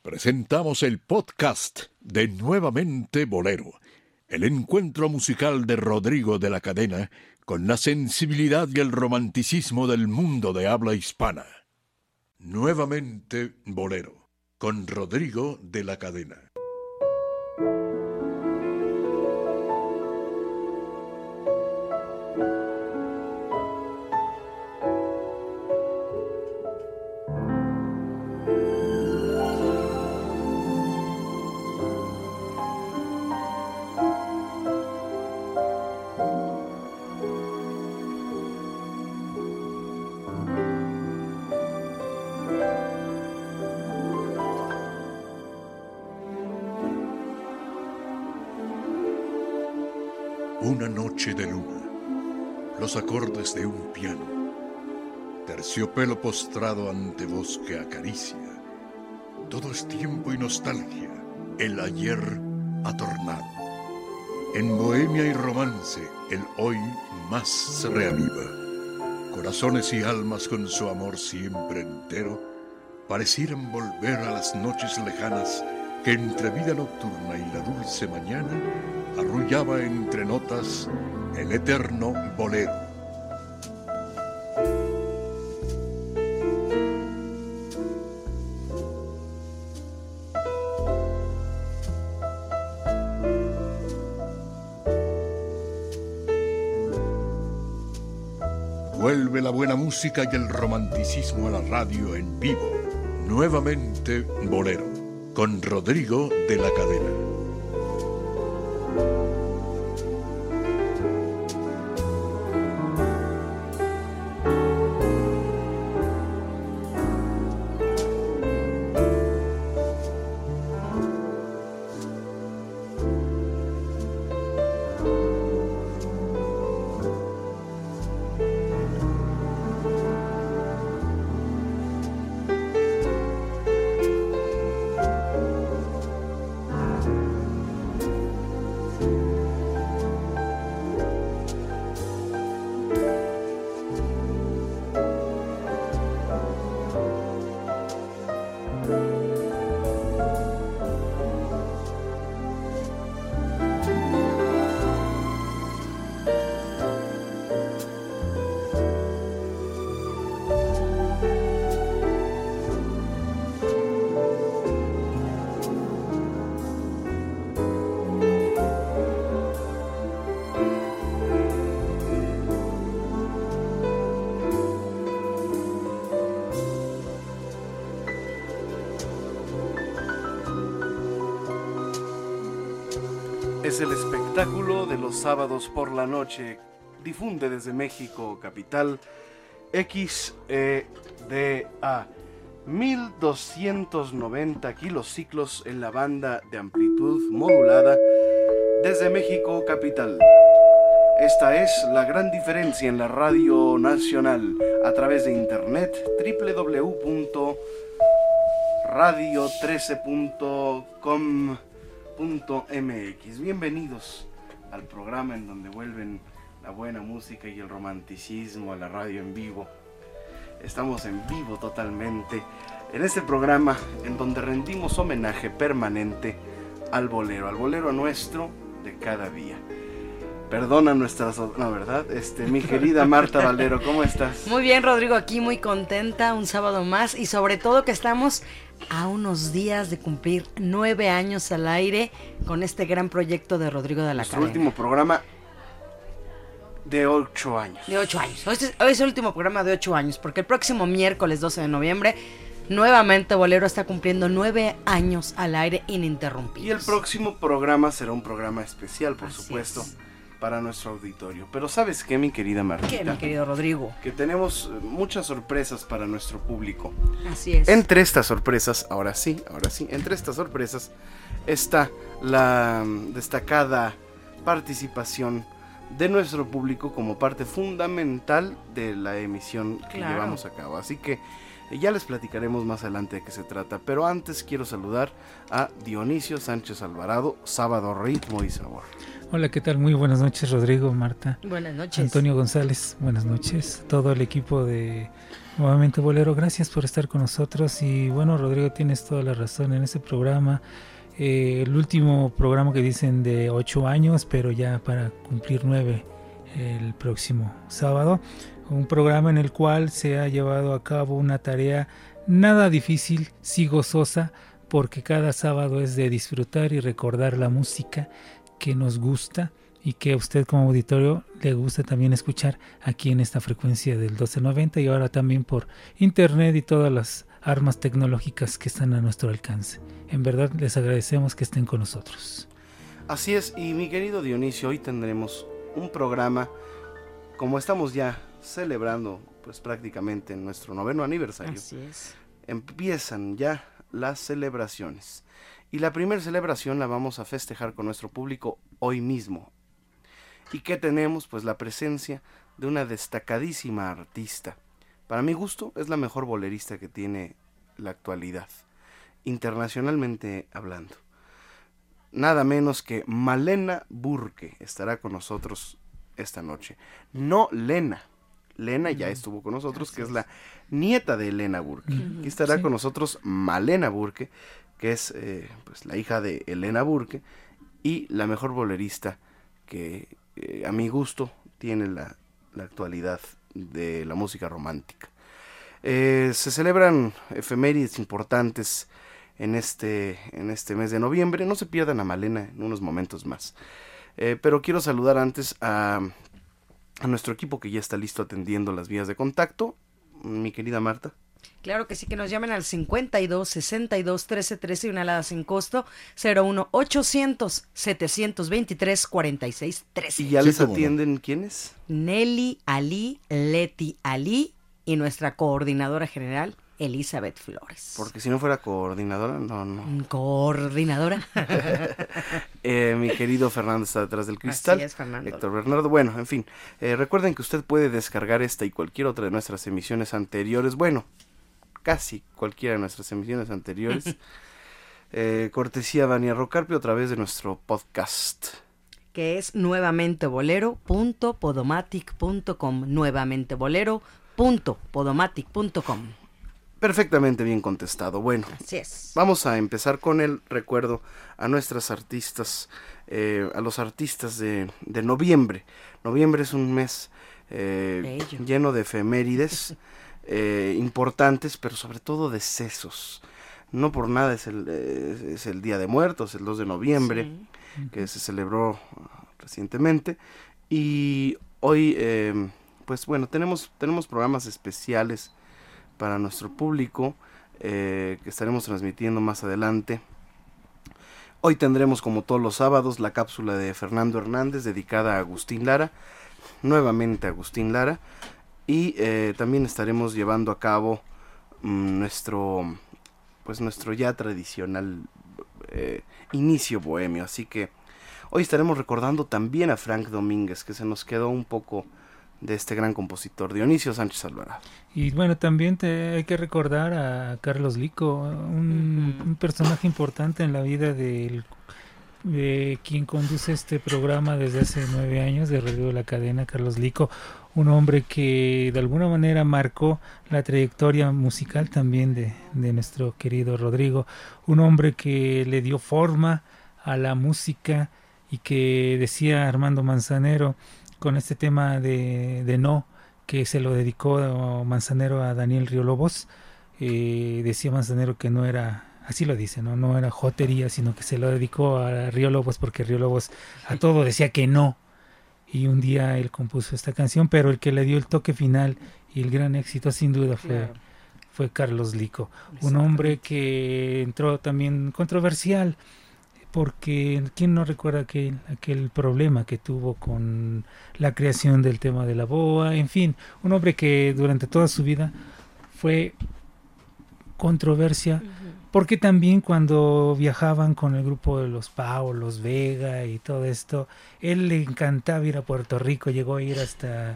presentamos el podcast de Nuevamente Bolero, el encuentro musical de Rodrigo de la Cadena con la sensibilidad y el romanticismo del mundo de habla hispana. Nuevamente Bolero, con Rodrigo de la Cadena. Una noche de luna, los acordes de un piano, terciopelo postrado ante voz que acaricia. Todo es tiempo y nostalgia, el ayer atornado. En bohemia y romance, el hoy más se reaviva. Corazones y almas con su amor siempre entero parecieran volver a las noches lejanas que entre vida nocturna y la dulce mañana arrullaba entre notas el eterno bolero. Vuelve la buena música y el romanticismo a la radio en vivo. Nuevamente Bolero, con Rodrigo de la Cadena. Es el espectáculo de los sábados por la noche. Difunde desde México capital XEDA 1290 kilociclos en la banda de amplitud modulada desde México capital. Esta es la gran diferencia en la radio nacional a través de internet www.radio13.com.mx. Bienvenidos al programa en donde vuelven la buena música y el romanticismo a la radio en vivo. Estamos en vivo totalmente en este programa en donde rendimos homenaje permanente al bolero nuestro de cada día. Perdona nuestras... No, ¿verdad? Mi querida Marta Valero, ¿cómo estás? Muy bien, Rodrigo, aquí muy contenta, un sábado más y sobre todo que estamos a unos días de cumplir 9 años al aire con este gran proyecto de Rodrigo de la Cadena. Nuestro último programa de 8 años. De 8 años. Hoy es el último programa de 8 años, porque el próximo miércoles 12 de noviembre, nuevamente Bolero está cumpliendo 9 años al aire ininterrumpidos. Y el próximo programa será un programa especial, por supuesto, es. Para nuestro auditorio. Pero ¿sabes qué, mi querida Martita? ¿Qué, mi querido Rodrigo? Que tenemos muchas sorpresas para nuestro público. Así es. Entre estas sorpresas, ahora sí, entre estas sorpresas está la destacada participación de nuestro público como parte fundamental de la emisión que llevamos a cabo. Así que Ya les platicaremos más adelante de qué se trata, pero antes quiero saludar a Dionisio Sánchez Alvarado, Sábado, Ritmo y Sabor. Hola, ¿qué tal? Muy buenas noches, Rodrigo, Marta. Buenas noches. Antonio González, buenas noches. Todo el equipo de Nuevamente Bolero, gracias por estar con nosotros. Y bueno, Rodrigo, tienes toda la razón en ese programa. El último programa que dicen de 8 años, pero ya para cumplir 9 el próximo sábado. Un programa en el cual se ha llevado a cabo una tarea nada difícil, sí gozosa, porque cada sábado es de disfrutar y recordar la música que nos gusta y que a usted como auditorio le gusta también escuchar aquí en esta frecuencia del 1290 y ahora también por internet y todas las armas tecnológicas que están a nuestro alcance. En verdad les agradecemos que estén con nosotros. Así es, y mi querido Dionisio, hoy tendremos un programa, como estamos ya celebrando pues prácticamente nuestro 9º aniversario. Así es. Empiezan ya las celebraciones. Y la primera celebración la vamos a festejar con nuestro público hoy mismo. ¿Y qué tenemos? Pues la presencia de una destacadísima artista. Para mi gusto es la mejor bolerista que tiene la actualidad, internacionalmente hablando. Nada menos que Malena Burke estará con nosotros esta noche. No Lena. Lena ya estuvo con nosotros, que es la nieta de Elena Burke. Aquí estará con nosotros Malena Burke, que es pues la hija de Elena Burke y la mejor bolerista que a mi gusto tiene la actualidad de la música romántica. Se celebran efemérides importantes en este mes de noviembre. No se pierdan a Malena en unos momentos más. Pero quiero saludar antes a nuestro equipo que ya está listo atendiendo las vías de contacto. Mi querida Marta. Claro que sí, que nos llamen al 52 62 13 13 y una alada sin costo 01 800 723 46 13. ¿Y ya les atienden quiénes? Nelly Ali, Leti Ali y nuestra coordinadora general Elizabeth Flores. Porque si no fuera coordinadora, no. Coordinadora. Mi querido Fernando está detrás del cristal. Así es, Fernando. Héctor Bernardo. Bueno, en fin. Recuerden que usted puede descargar esta y cualquier otra de nuestras emisiones anteriores. Bueno, casi cualquiera de nuestras emisiones anteriores. Cortesía Dania Rocarpio a través de nuestro podcast. Que es nuevamentebolero.podomatic.com. Nuevamentebolero.podomatic.com. Perfectamente bien contestado. Bueno, así es. Vamos a empezar con el recuerdo a nuestras artistas, a los artistas de noviembre. Noviembre es un mes lleno de efemérides importantes, pero sobre todo de decesos. No por nada es el Día de Muertos, el 2 de noviembre, sí, que se celebró recientemente. Y hoy, pues bueno, tenemos programas especiales para nuestro público que estaremos transmitiendo más adelante. Hoy tendremos, como todos los sábados, la cápsula de Fernando Hernández dedicada a Agustín Lara, nuevamente Agustín Lara, y también estaremos llevando a cabo nuestro ya tradicional inicio bohemio. Así que hoy estaremos recordando también a Frank Domínguez, que se nos quedó un poco de este gran compositor, Dionisio Sánchez Alvarado. Y bueno, también hay que recordar a Carlos Lico, un personaje importante en la vida de quien conduce este programa desde hace 9 años, de Radio La Cadena, Carlos Lico, un hombre que de alguna manera marcó la trayectoria musical también de nuestro querido Rodrigo, un hombre que le dio forma a la música y que decía Armando Manzanero, con este tema de No, que se lo dedicó Manzanero a Daniel Riolobos, decía Manzanero que no era, así lo dice, no era jotería, sino que se lo dedicó a Riolobos porque Riolobos a todo decía que no, y un día él compuso esta canción, pero el que le dio el toque final y el gran éxito sin duda fue Carlos Lico, un hombre que entró también controversial, porque ¿quién no recuerda aquel problema que tuvo con la creación del tema de la boa? En fin, un hombre que durante toda su vida fue controversia, porque también cuando viajaban con el grupo de los Pau, los Vega y todo esto, él le encantaba ir a Puerto Rico, llegó a ir hasta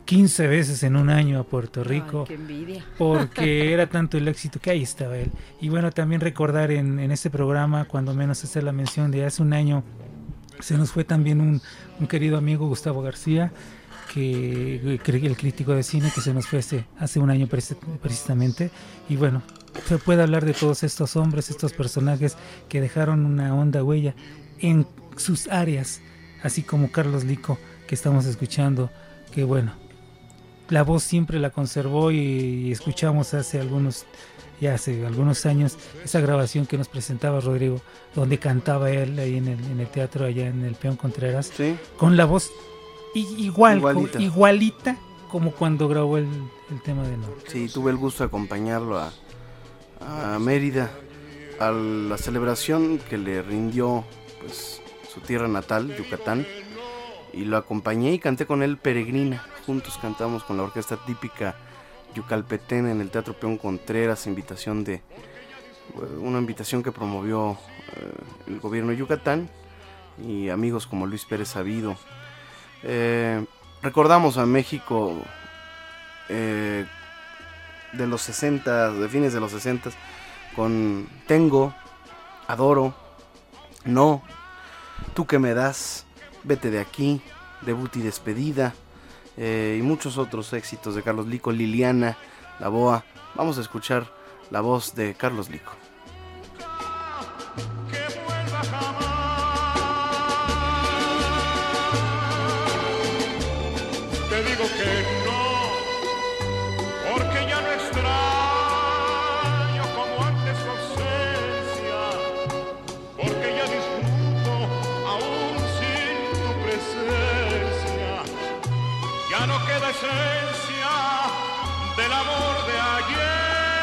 15 veces en un año a Puerto Rico. Ay, qué envidia. Porque era tanto el éxito que ahí estaba él. Y bueno, también recordar en este programa, cuando menos hacer la mención de hace un año, se nos fue también un querido amigo, Gustavo García, que el crítico de cine, que se nos fue hace un año precisamente. Y bueno, se puede hablar de todos estos hombres, estos personajes que dejaron una honda huella en sus áreas, así como Carlos Lico, que estamos escuchando, que bueno, la voz siempre la conservó y escuchamos hace algunos años esa grabación que nos presentaba Rodrigo, donde cantaba él ahí en el teatro allá en el Peón Contreras, ¿sí? Con la voz igualita como cuando grabó el tema de Norte. Sí, tuve el gusto de acompañarlo a Mérida, a la celebración que le rindió pues su tierra natal, Yucatán, y lo acompañé y canté con él Peregrina. Juntos cantamos con la orquesta típica yucalpetena en el Teatro Peón Contreras, una invitación que promovió el gobierno de Yucatán y amigos como Luis Pérez Sabido. Recordamos a México de los 60, de fines de los 60, con Tengo, Adoro, No, Tú que me das, Vete de aquí, Debut y despedida, y muchos otros éxitos de Carlos Lico, Liliana, La Boa. Vamos a escuchar la voz de Carlos Lico. Te digo que no, porque ya no extraño como antes tu ausencia, porque ya disfruto aún sin tu presencia. Ya no queda esencia del amor de ayer.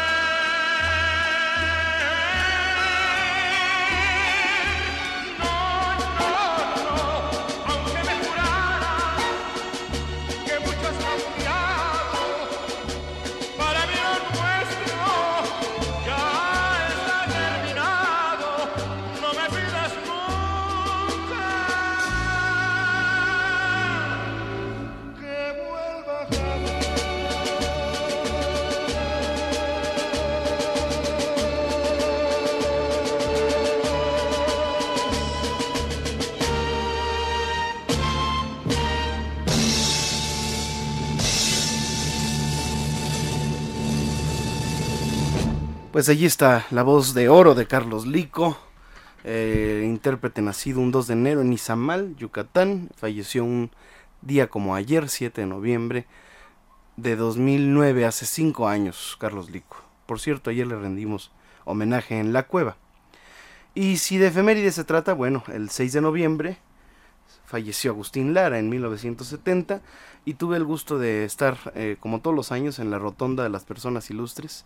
Pues allí está la voz de oro de Carlos Lico, intérprete nacido un 2 de enero en Izamal, Yucatán. Falleció un día como ayer, 7 de noviembre de 2009, hace 5 años, Carlos Lico. Por cierto, ayer le rendimos homenaje en La Cueva. Y si de efeméride se trata, bueno, el 6 de noviembre falleció Agustín Lara en 1970 y tuve el gusto de estar, como todos los años, en la Rotonda de las Personas Ilustres,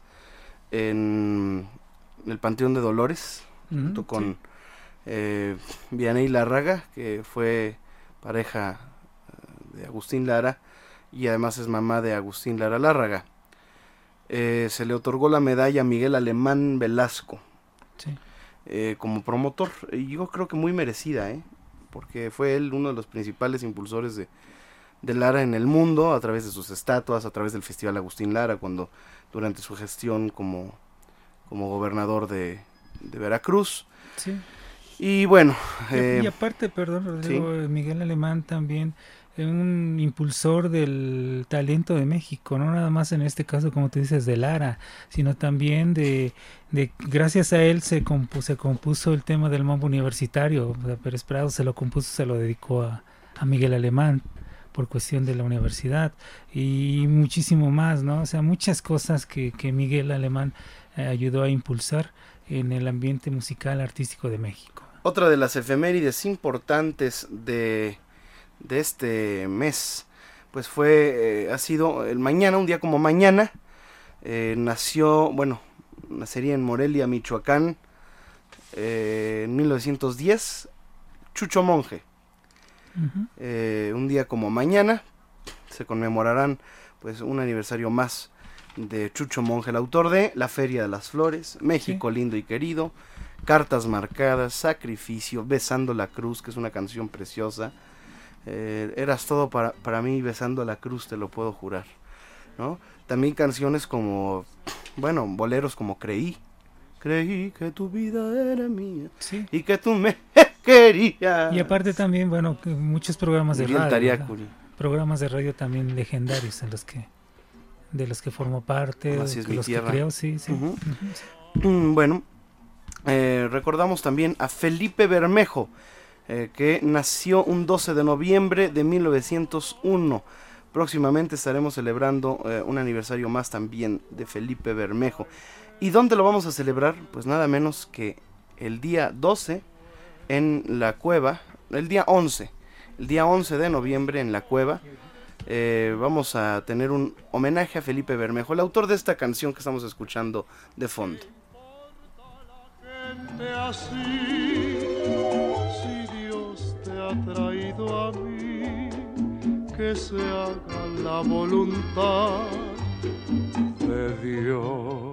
en el Panteón de Dolores, junto con Vianey Larraga, que fue pareja de Agustín Lara y además es mamá de Agustín Lara Lárraga. Se le otorgó la medalla a Miguel Alemán Velasco, Sí. Como promotor, y yo creo que muy merecida, porque fue él uno de los principales impulsores de Lara en el mundo, a través de sus estatuas, a través del Festival Agustín Lara, cuando durante su gestión como gobernador de Veracruz. Sí. Y bueno, y aparte, perdón, Rodrigo, ¿sí? Miguel Alemán también un impulsor del talento de México, no nada más en este caso, como tú dices, de Lara, sino también de gracias a él se compuso el tema del mambo universitario. O sea, Pérez Prado se lo compuso, se lo dedicó a Miguel Alemán por cuestión de la universidad y muchísimo más, ¿no? O sea, muchas cosas que Miguel Alemán ayudó a impulsar en el ambiente musical artístico de México. Otra de las efemérides importantes de este mes, pues ha sido el mañana, un día como mañana, nacería en Morelia, Michoacán, en 1910, Chucho Monje. Uh-huh. Un día como mañana se conmemorarán pues un aniversario más de Chucho Monje, el autor de La Feria de las Flores, México, sí, lindo y querido, Cartas marcadas, Sacrificio, Besando la Cruz, que es una canción preciosa, Eras todo para mí, besando la cruz, te lo puedo jurar, ¿no? También canciones como, bueno, boleros como Creí que tu vida era mía, Sí. y que tú me querías. Y aparte también, bueno, que muchos programas de Miguel radio, Tariacuri. ¿verdad? Programas de radio también legendarios de los que formó parte, Así es de mi los tierra. que creó, sí. Ujú. Ujú, sí. Bueno, recordamos también a Felipe Bermejo, que nació un 12 de noviembre de 1901. Próximamente estaremos celebrando un aniversario más también de Felipe Bermejo. ¿Y dónde lo vamos a celebrar? Pues nada menos que el día 12 en la Cueva, el día 11 de noviembre en la Cueva. Vamos a tener un homenaje a Felipe Bermejo, el autor de esta canción que estamos escuchando de fondo. Gente así, si Dios te ha traído a mí, que se haga la voluntad de Dios.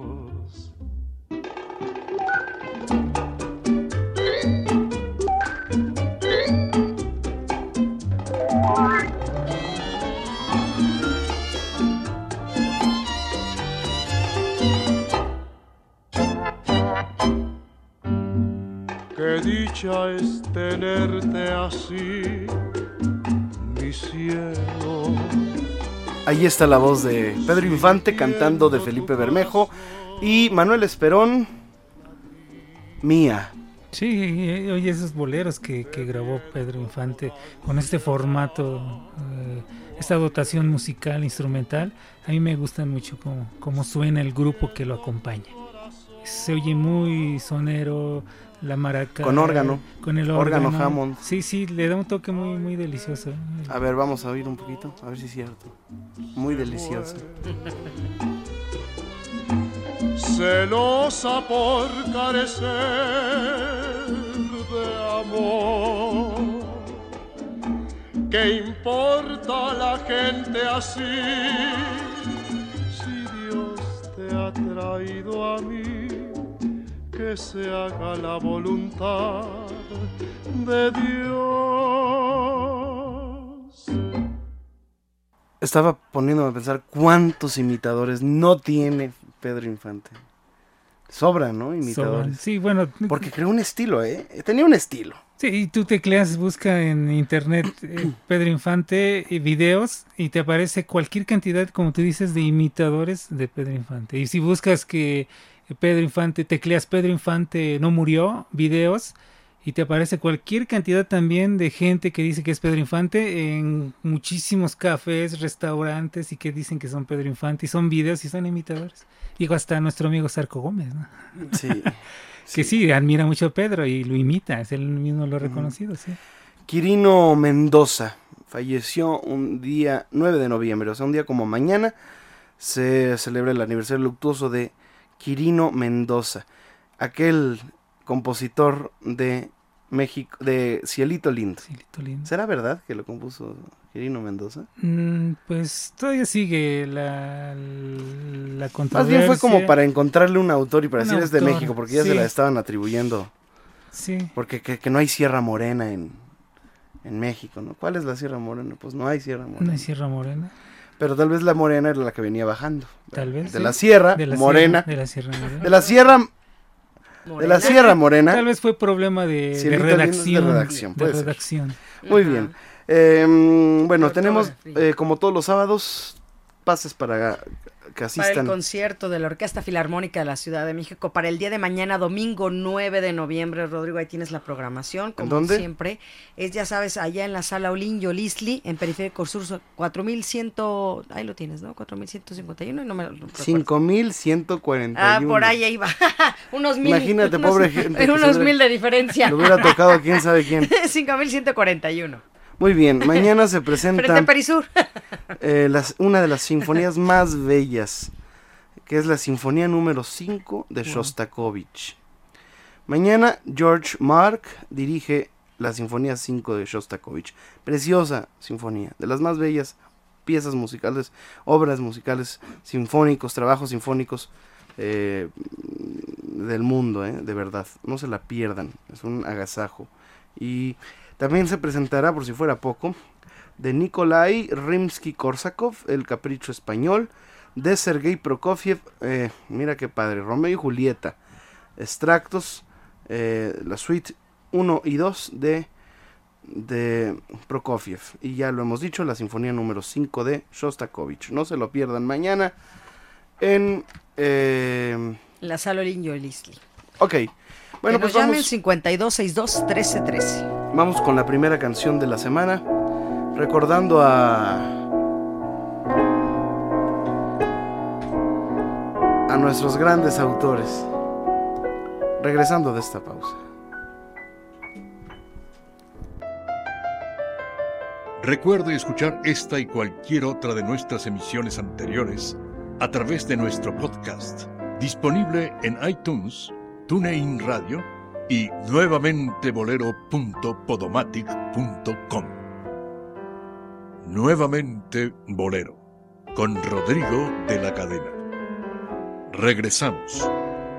Qué dicha es tenerte así, mi cielo. Ahí está la voz de Pedro Infante cantando de Felipe Bermejo y Manuel Esperón, Mía. Sí, oye, esos boleros que grabó Pedro Infante con este formato, esta dotación musical, instrumental, a mí me gustan mucho cómo suena el grupo que lo acompaña. Se oye muy sonero, la maraca. Con órgano. Con el Órgano órgano. Hammond. Sí, le da un toque muy, muy delicioso. A ver, vamos a oír un poquito, a ver si es cierto. Muy delicioso. Celosa por carecer de amor. ¿Qué importa la gente así? Si Dios te ha traído a mí, que se haga la voluntad de Dios. Estaba poniéndome a pensar cuántos imitadores no tiene Pedro Infante. Sobran, ¿no? Imitadores. Sobran. Sí, bueno. Porque creó un estilo, tenía un estilo. Sí, y tú tecleas, busca en internet Pedro Infante videos y te aparece cualquier cantidad, como tú dices, de imitadores de Pedro Infante. Y si buscas que Pedro Infante, tecleas Pedro Infante no murió, videos, y te aparece cualquier cantidad también de gente que dice que es Pedro Infante en muchísimos cafés, restaurantes y que dicen que son Pedro Infante y son videos y son imitadores. Digo, hasta nuestro amigo Sarco Gómez, ¿no? Sí. Que sí, admira mucho a Pedro y lo imita, es él mismo lo ha reconocido, sí. Quirino Mendoza falleció un día 9 de noviembre, o sea, un día como mañana se celebra el aniversario luctuoso de Quirino Mendoza, aquel compositor de México, de Cielito Lindo. Cielito Lindo. ¿Será verdad que lo compuso Quirino Mendoza? Pues todavía sigue la controversia. Más bien fue como para encontrarle un autor y para Un decir es de autor, México, porque ya sí. se la estaban atribuyendo. Sí. Porque que no hay Sierra Morena en México, ¿no? ¿Cuál es la Sierra Morena? Pues no hay Sierra Morena. No hay Sierra Morena. Pero tal vez la morena era la que venía bajando. Tal vez. De sí. la Sierra De la Morena. Sierra, de la Sierra Morena. De la Sierra De la Sierra Morena. Tal vez fue problema de Cielito redacción. Lindo es de redacción, puede ser. redacción. Muy Ajá. bien. Bueno, Ortografía. tenemos, como todos los sábados, pases para que Para el asistan. concierto de la Orquesta Filarmónica de la Ciudad de México para el día de mañana, domingo 9 de noviembre. Rodrigo, ahí tienes la programación, como ¿Dónde? siempre. Es, ya sabes, allá en la Sala Olin Yolisli, en Periférico Sur, 4100, ahí lo tienes, ¿no? 4151, y no me lo recuerdo. 5141. Ah, por ahí iba. Unos 1000. Imagínate, pobre gente que Unos se 1000 de diferencia. Le hubiera tocado quién sabe quién. 5141. Muy bien, mañana se Frente a presenta Perisur. una de las sinfonías más bellas, que es la Sinfonía número 5 de Shostakovich. Mañana George Mark dirige la Sinfonía 5 de Shostakovich. Preciosa sinfonía, de las más bellas piezas musicales, obras musicales sinfónicos, trabajos sinfónicos del mundo, de verdad. No se la pierdan, es un agasajo. Y también se presentará, por si fuera poco, de Nikolai Rimsky-Korsakov, El capricho español, de Sergei Prokofiev, mira qué padre, Romeo y Julieta, extractos, la suite 1 y 2 de Prokofiev, y ya lo hemos dicho, la sinfonía número 5 de Shostakovich. No se lo pierdan mañana en la sala Olinio Lisli. Ok, bueno, que pues nos llamen vamos 5262-1313. Vamos con la primera canción de la semana, recordando a nuestros grandes autores, regresando de esta pausa. Recuerde escuchar esta y cualquier otra de nuestras emisiones anteriores a través de nuestro podcast, disponible en iTunes, TuneIn Radio y nuevamentebolero.podomatic.com. Nuevamente Bolero, con Rodrigo de la Cadena. Regresamos.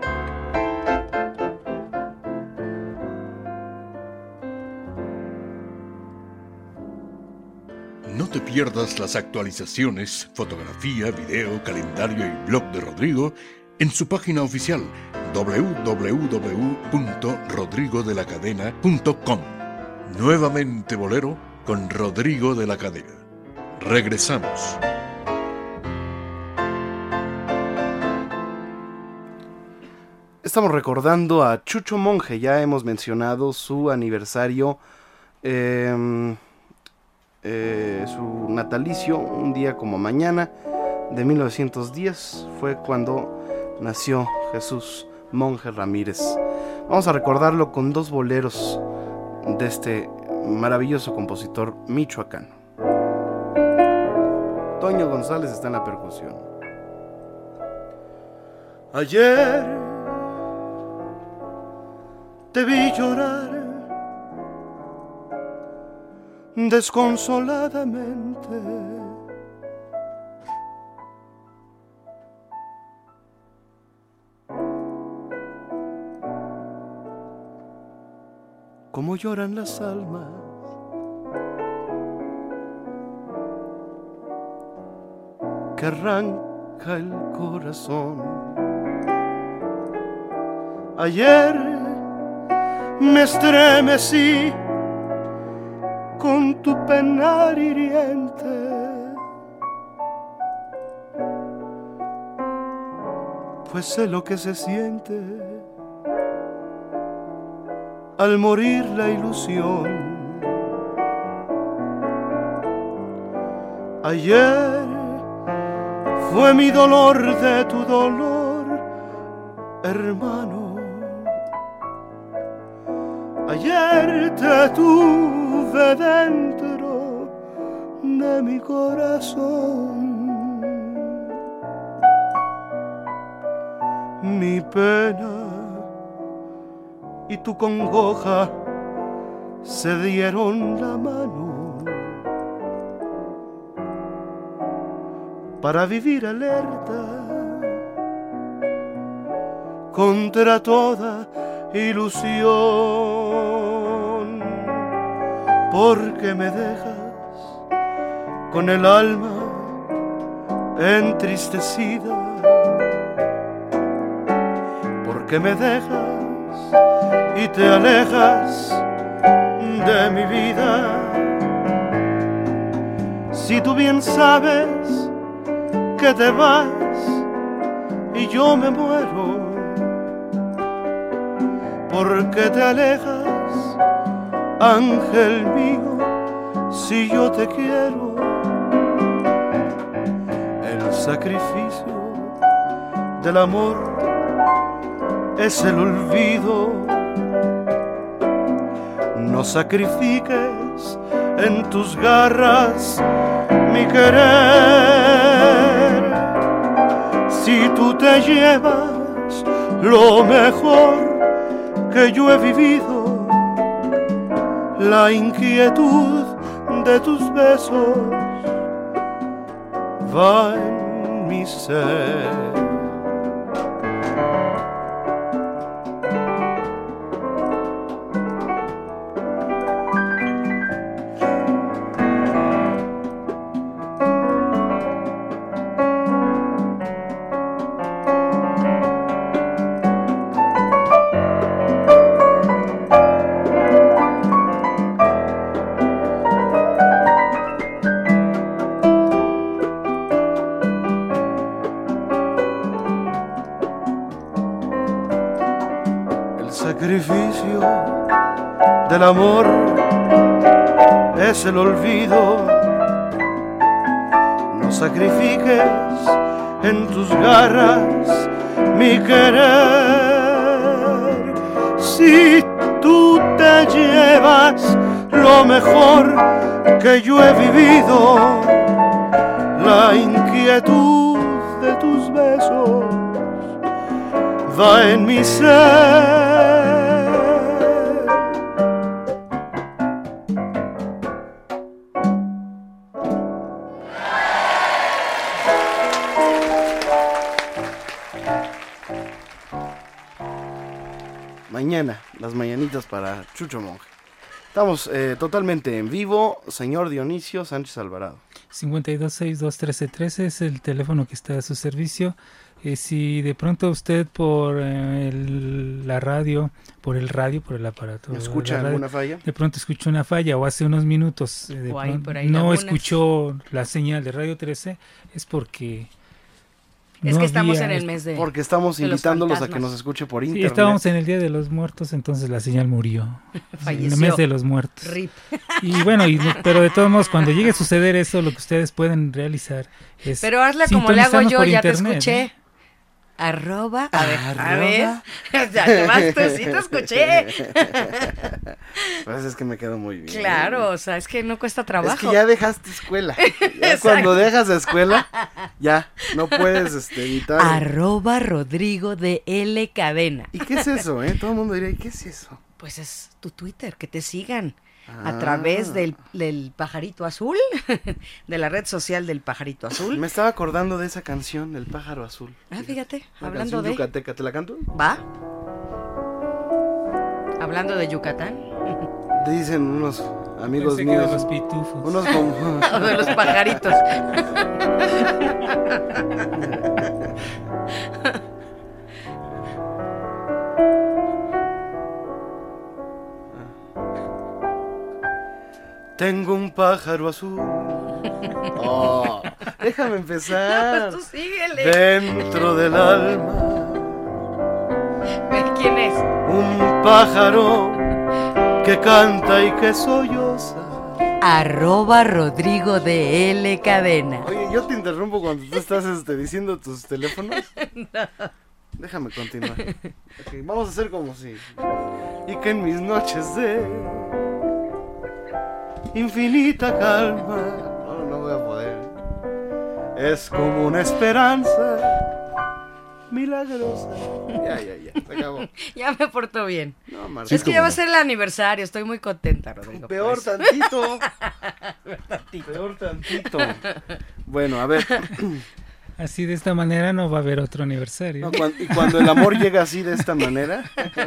No te pierdas las actualizaciones, fotografía, video, calendario y blog de Rodrigo en su página oficial www.rodrigodelacadena.com. Nuevamente Bolero con Rodrigo de la Cadena. Regresamos. Estamos recordando a Chucho Monje, ya hemos mencionado su aniversario, su natalicio, un día como mañana de 1910, fue cuando nació Jesús Monje Ramírez. Vamos a recordarlo con dos boleros de este maravilloso compositor michoacano. Toño González está en la percusión. Ayer te vi llorar desconsoladamente. Como lloran las almas que arranca el corazón. Ayer me estremecí con tu penar hiriente, pues sé lo que se siente al morir la ilusión. Ayer fue mi dolor de tu dolor, hermano. Ayer te tuve dentro de mi corazón. Mi pena y tu congoja se dieron la mano para vivir alerta contra toda ilusión, porque me dejas con el alma entristecida, porque me dejas y te alejas de mi vida. Si tú bien sabes que te vas y yo me muero, porque te alejas, ángel mío, si yo te quiero. El sacrificio del amor es el olvido. No sacrifiques en tus garras mi querer. Si tú te llevas lo mejor que yo he vivido, la inquietud de tus besos va en mi ser. sacrificio del amor es el olvido. No sacrifiques en tus garras mi querer. Si tú te llevas lo mejor que yo he vivido, la inquietud de tus besos va en mi ser. Mañana, las mañanitas para Chucho Monje. Estamos totalmente en vivo, señor Dionisio Sánchez Alvarado. 52621313 es el teléfono que está a su servicio. Si de pronto usted por la radio, por el aparato, ¿Escucha alguna falla? De pronto escuchó una falla o hace unos minutos no escuchó la señal de Radio 13, es porque... Es que estamos en el mes de... Porque estamos invitándolos a que nos escuche por internet. Sí, estábamos en el Día de los Muertos, entonces la señal murió. Falleció. En el mes de los muertos. RIP. Y bueno, pero de todos modos, cuando llegue a suceder eso, lo que ustedes pueden realizar es... Pero hazla como le hago yo, ya internet, te escuché. ¿eh? A ver. Ya te vas tú, sí te escuché. Pues es que me quedo muy bien. Claro, o sea, es que no cuesta trabajo. Es que ya dejaste escuela. Ya cuando dejas la escuela, ya no puedes evitar. @Rodrigo de L Cadena. ¿Y qué es eso, Todo el mundo diría, ¿y qué es eso? Pues es tu Twitter, que te sigan a través del Pajarito Azul, de la red social del Pajarito Azul. Me estaba acordando de esa canción, El Pájaro Azul. Fíjate, Una hablando canción de... yucateca, ¿te la canto? ¿Va? Hablando de Yucatán. Dicen unos amigos Pensé que míos. de los pitufos. Unos como... O de los pajaritos. Tengo un pájaro azul. Oh, déjame empezar. Pues tú síguele. Dentro del alma. ¿Quién es? Un pájaro que canta y que solloza. @Rodrigo de L Cadena. Oye, yo te interrumpo cuando tú estás diciendo tus teléfonos. No. Déjame continuar. Okay, vamos a hacer como si. Y que en mis noches de infinita calma. No voy a poder. Es como una esperanza milagrosa. Ya, se acabó. Ya me porto bien. No, Marta, es que ya va a ser el aniversario, estoy muy contenta, Rodrigo. Peor tantito. Peor tantito. Bueno, a ver. Así de esta manera no va a haber otro aniversario. No, y cuando el amor llega así de esta manera.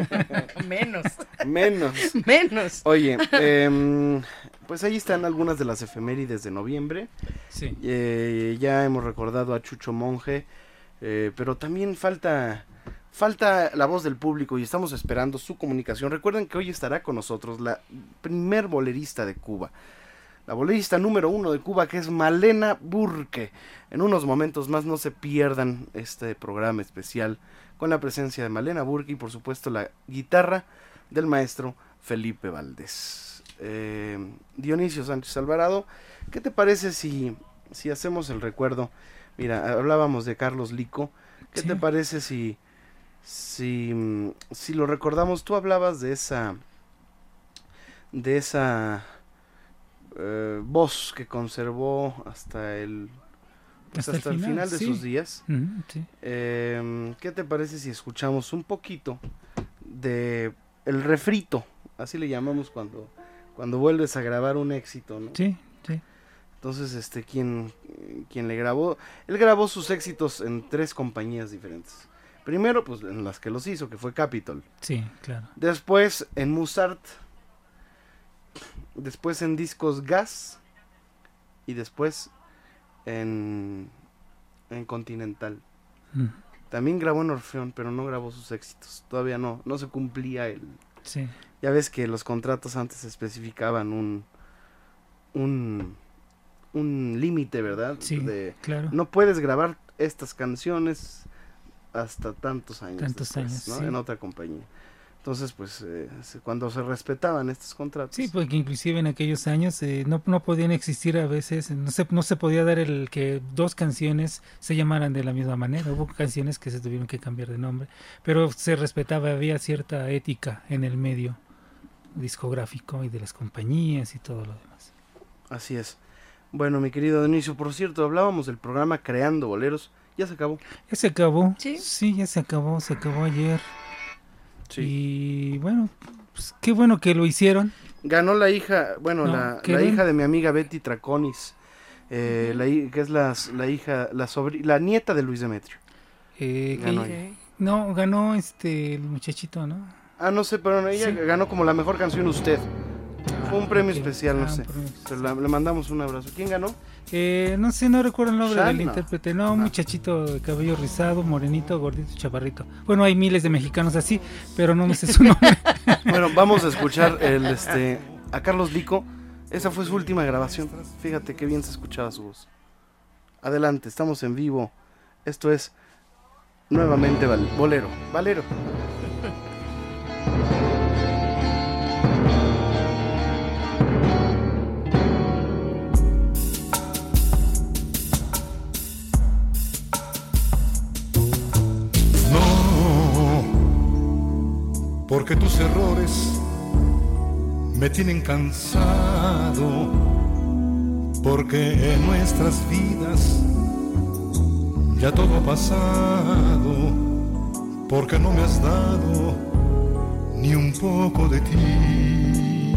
Menos. Oye, pues ahí están algunas de las efemérides de noviembre. Sí. Ya hemos recordado a Chucho Monje, pero también falta la voz del público y estamos esperando su comunicación. Recuerden que hoy estará con nosotros la primer bolerista de Cuba. La bolerista número 1 de Cuba, que es Malena Burke. En unos momentos más no se pierdan este programa especial con la presencia de Malena Burke y por supuesto la guitarra del maestro Felipe Valdés. Dionisio Sánchez Alvarado, ¿qué te parece si hacemos el recuerdo? Mira, hablábamos de Carlos Lico. ¿Qué te parece si lo recordamos? Tú hablabas de esa voz que conservó hasta el final de sus días. Sí. ¿Qué te parece si escuchamos un poquito de el refrito? Así le llamamos cuando vuelves a grabar un éxito, ¿no? Sí. Entonces, quien le grabó, él grabó sus éxitos en 3 compañías diferentes. Primero, pues en las que los hizo, que fue Capitol. Sí, claro. Después en Musart. Después en Discos Gas. Y después en Continental. También grabó en Orfeón, pero no grabó sus éxitos. Todavía no se cumplía el... Sí. Ya ves que los contratos antes especificaban un límite, ¿verdad? Sí, claro. No puedes grabar estas canciones hasta tantos años después, ¿no? sí. En otra compañía. Entonces, pues, cuando se respetaban estos contratos. Sí, porque inclusive en aquellos años no podían existir a veces, no se podía dar el que dos canciones se llamaran de la misma manera. Hubo canciones que se tuvieron que cambiar de nombre, pero se respetaba, había cierta ética en el medio discográfico y de las compañías y todo lo demás. Así es. Bueno, mi querido Dionisio, por cierto, hablábamos del programa Creando Boleros. ¿Ya se acabó? ¿Ya se acabó? Sí, ya se acabó ayer. Sí. Y bueno, pues qué bueno que lo hicieron. Ganó la hija, bueno, No, la hija de mi amiga Betty Traconis, que es la nieta de Luis Demetrio. Ganó ella. No, ganó el muchachito, ¿no? Ah, no sé, pero ella ganó como la mejor canción Usted. Fue un premio especial, no sé. Le mandamos un abrazo. ¿Quién ganó? No sé, no recuerdo el nombre del no. intérprete. No, un muchachito de cabello rizado, morenito, gordito, chaparrito. Bueno, hay miles de mexicanos así, pero no me sé su nombre. Bueno, vamos a escuchar a Carlos Lico. Esa fue su última grabación. Fíjate qué bien se escuchaba su voz. Adelante, estamos en vivo. Esto es nuevamente Bolero. Valero. Porque tus errores me tienen cansado, porque en nuestras vidas ya todo ha pasado, porque no me has dado ni un poco de ti.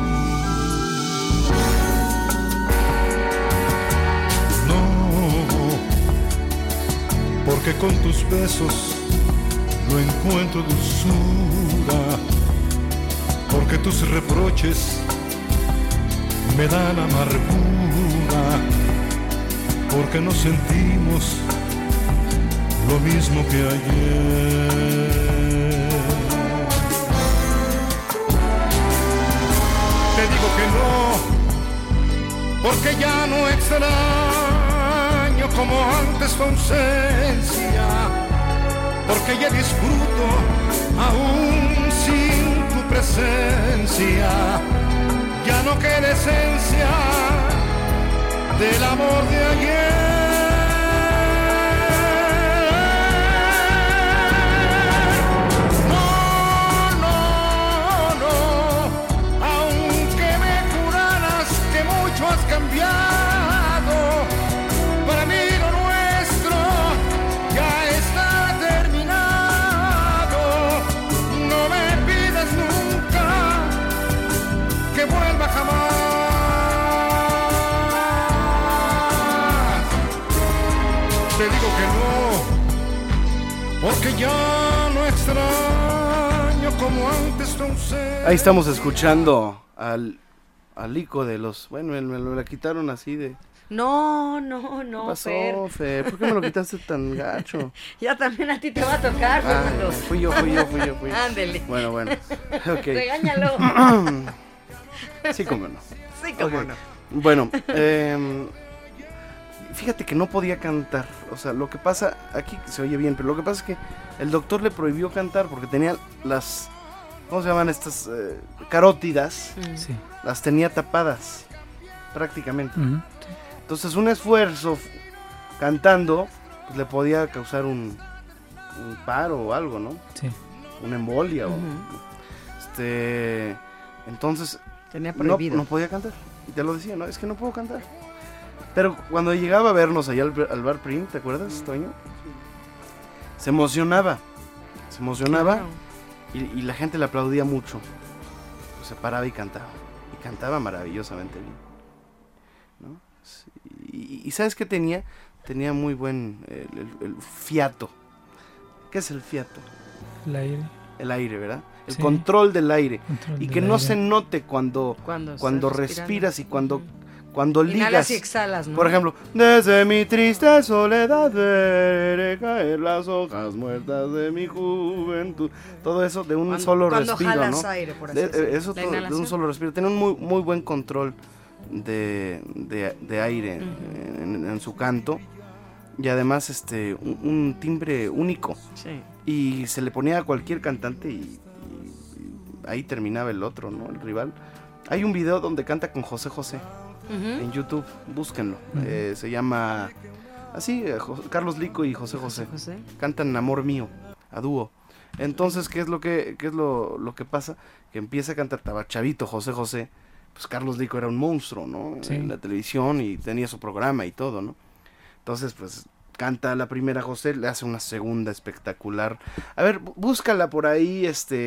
No, porque con tus besos no encuentro dulzura, porque tus reproches me dan amargura, porque no sentimos lo mismo que ayer. Te digo que no, porque ya no extraño como antes tu ausencia, porque ya disfruto aún sin tu presencia. Ya no queda esencia del amor de ayer. No, no, no, aunque me juraras que mucho has cambiado, para mí lo nuestro ya está terminado. No me pidas nunca que vuelva jamás. Te digo que no, porque ya no extraño como antes tu ausencia. Ahí estamos escuchando al Lico de los... Bueno, me la quitaron así de... No, ¿Qué pasó, Fer? ¿Por qué me lo quitaste tan gacho? Ya también a ti te va a tocar, Fernando. Fui yo. Ándele. Bueno. Ok. Regáñalo. Sí, cómo no. Sí, cómo Ok. no. Bueno, fíjate que no podía cantar. O sea, lo que pasa, aquí se oye bien, pero lo que pasa es que el doctor le prohibió cantar porque tenía las, ¿cómo se llaman estas? Carótidas. Sí. Las tenía tapadas, prácticamente. Ujú. Entonces un esfuerzo cantando pues, le podía causar un paro o algo, ¿no? Sí. Una embolia. Ujú. Entonces Tenía prohibido. no podía cantar. Y te lo decía, no, es que no puedo cantar. Pero cuando llegaba a vernos allá al bar Print, ¿te acuerdas, Toño? Se emocionaba. Claro. Y la gente le aplaudía mucho. Pues se paraba y cantaba. Y cantaba maravillosamente bien, ¿no? Sí, y ¿sabes qué tenía? Tenía muy buen el fiato. ¿Qué es el fiato? El aire. El aire, ¿verdad? El Sí. control del aire. Control Y del que no aire. se note cuando estás respiras y respirando. cuando ligas. Inhalas y exhalas, ¿no? Por ejemplo, desde mi triste soledad veré caer las hojas muertas de mi juventud. Todo eso de un solo cuando respiro, jalas ¿no? aire, por así decirlo. Eso La todo de un inhalación. solo respiro. Tiene un muy buen control de aire en su canto. Y además un timbre único. Sí. Y se le ponía a cualquier cantante y ahí terminaba el otro, ¿no? El rival. Hay un video donde canta con José José en YouTube, búsquenlo. Se llama así, Carlos Lico y José José. Cantan Amor Mío, a dúo. Entonces, ¿qué es lo que pasa? Que empieza a cantar, estaba chavito José José, pues Carlos Lico era un monstruo, ¿no? Sí. En la televisión y tenía su programa y todo, ¿no? Entonces, pues canta la primera José, le hace una segunda espectacular. A ver, búscala por ahí,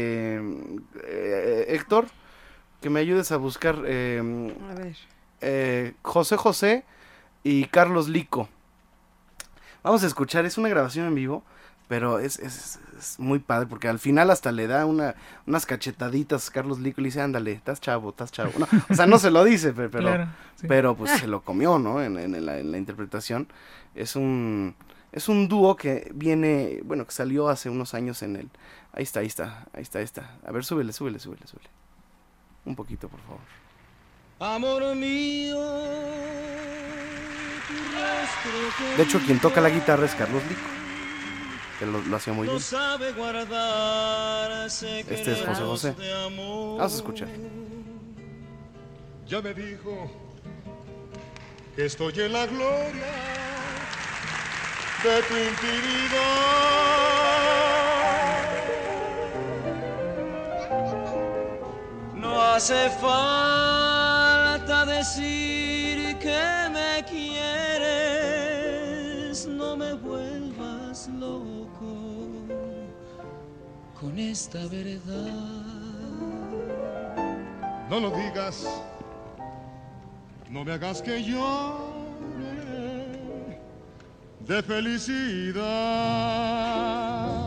Héctor, que me ayudes a buscar a ver. José José y Carlos Lico. Vamos a escuchar, es una grabación en vivo, pero es muy padre, porque al final hasta le da unas cachetaditas a Carlos Lico y le dice, ándale, estás chavo. No, o sea, no se lo dice, pero, claro, sí. Pero pues se lo comió, ¿no? En la interpretación. Es un dúo que viene, bueno, que salió hace unos años en el... Ahí está. A ver, súbele. Un poquito, por favor. Amor mío, de hecho, quien toca la guitarra es Carlos Lico, que lo hacía muy bien. Este es José José. Vamos a escuchar. Ya me dijo que estoy en la gloria de tu intimidad. No hace falta decir que me quieres, no me vuelvas loco con esta verdad. No lo digas, no me hagas que llore de felicidad.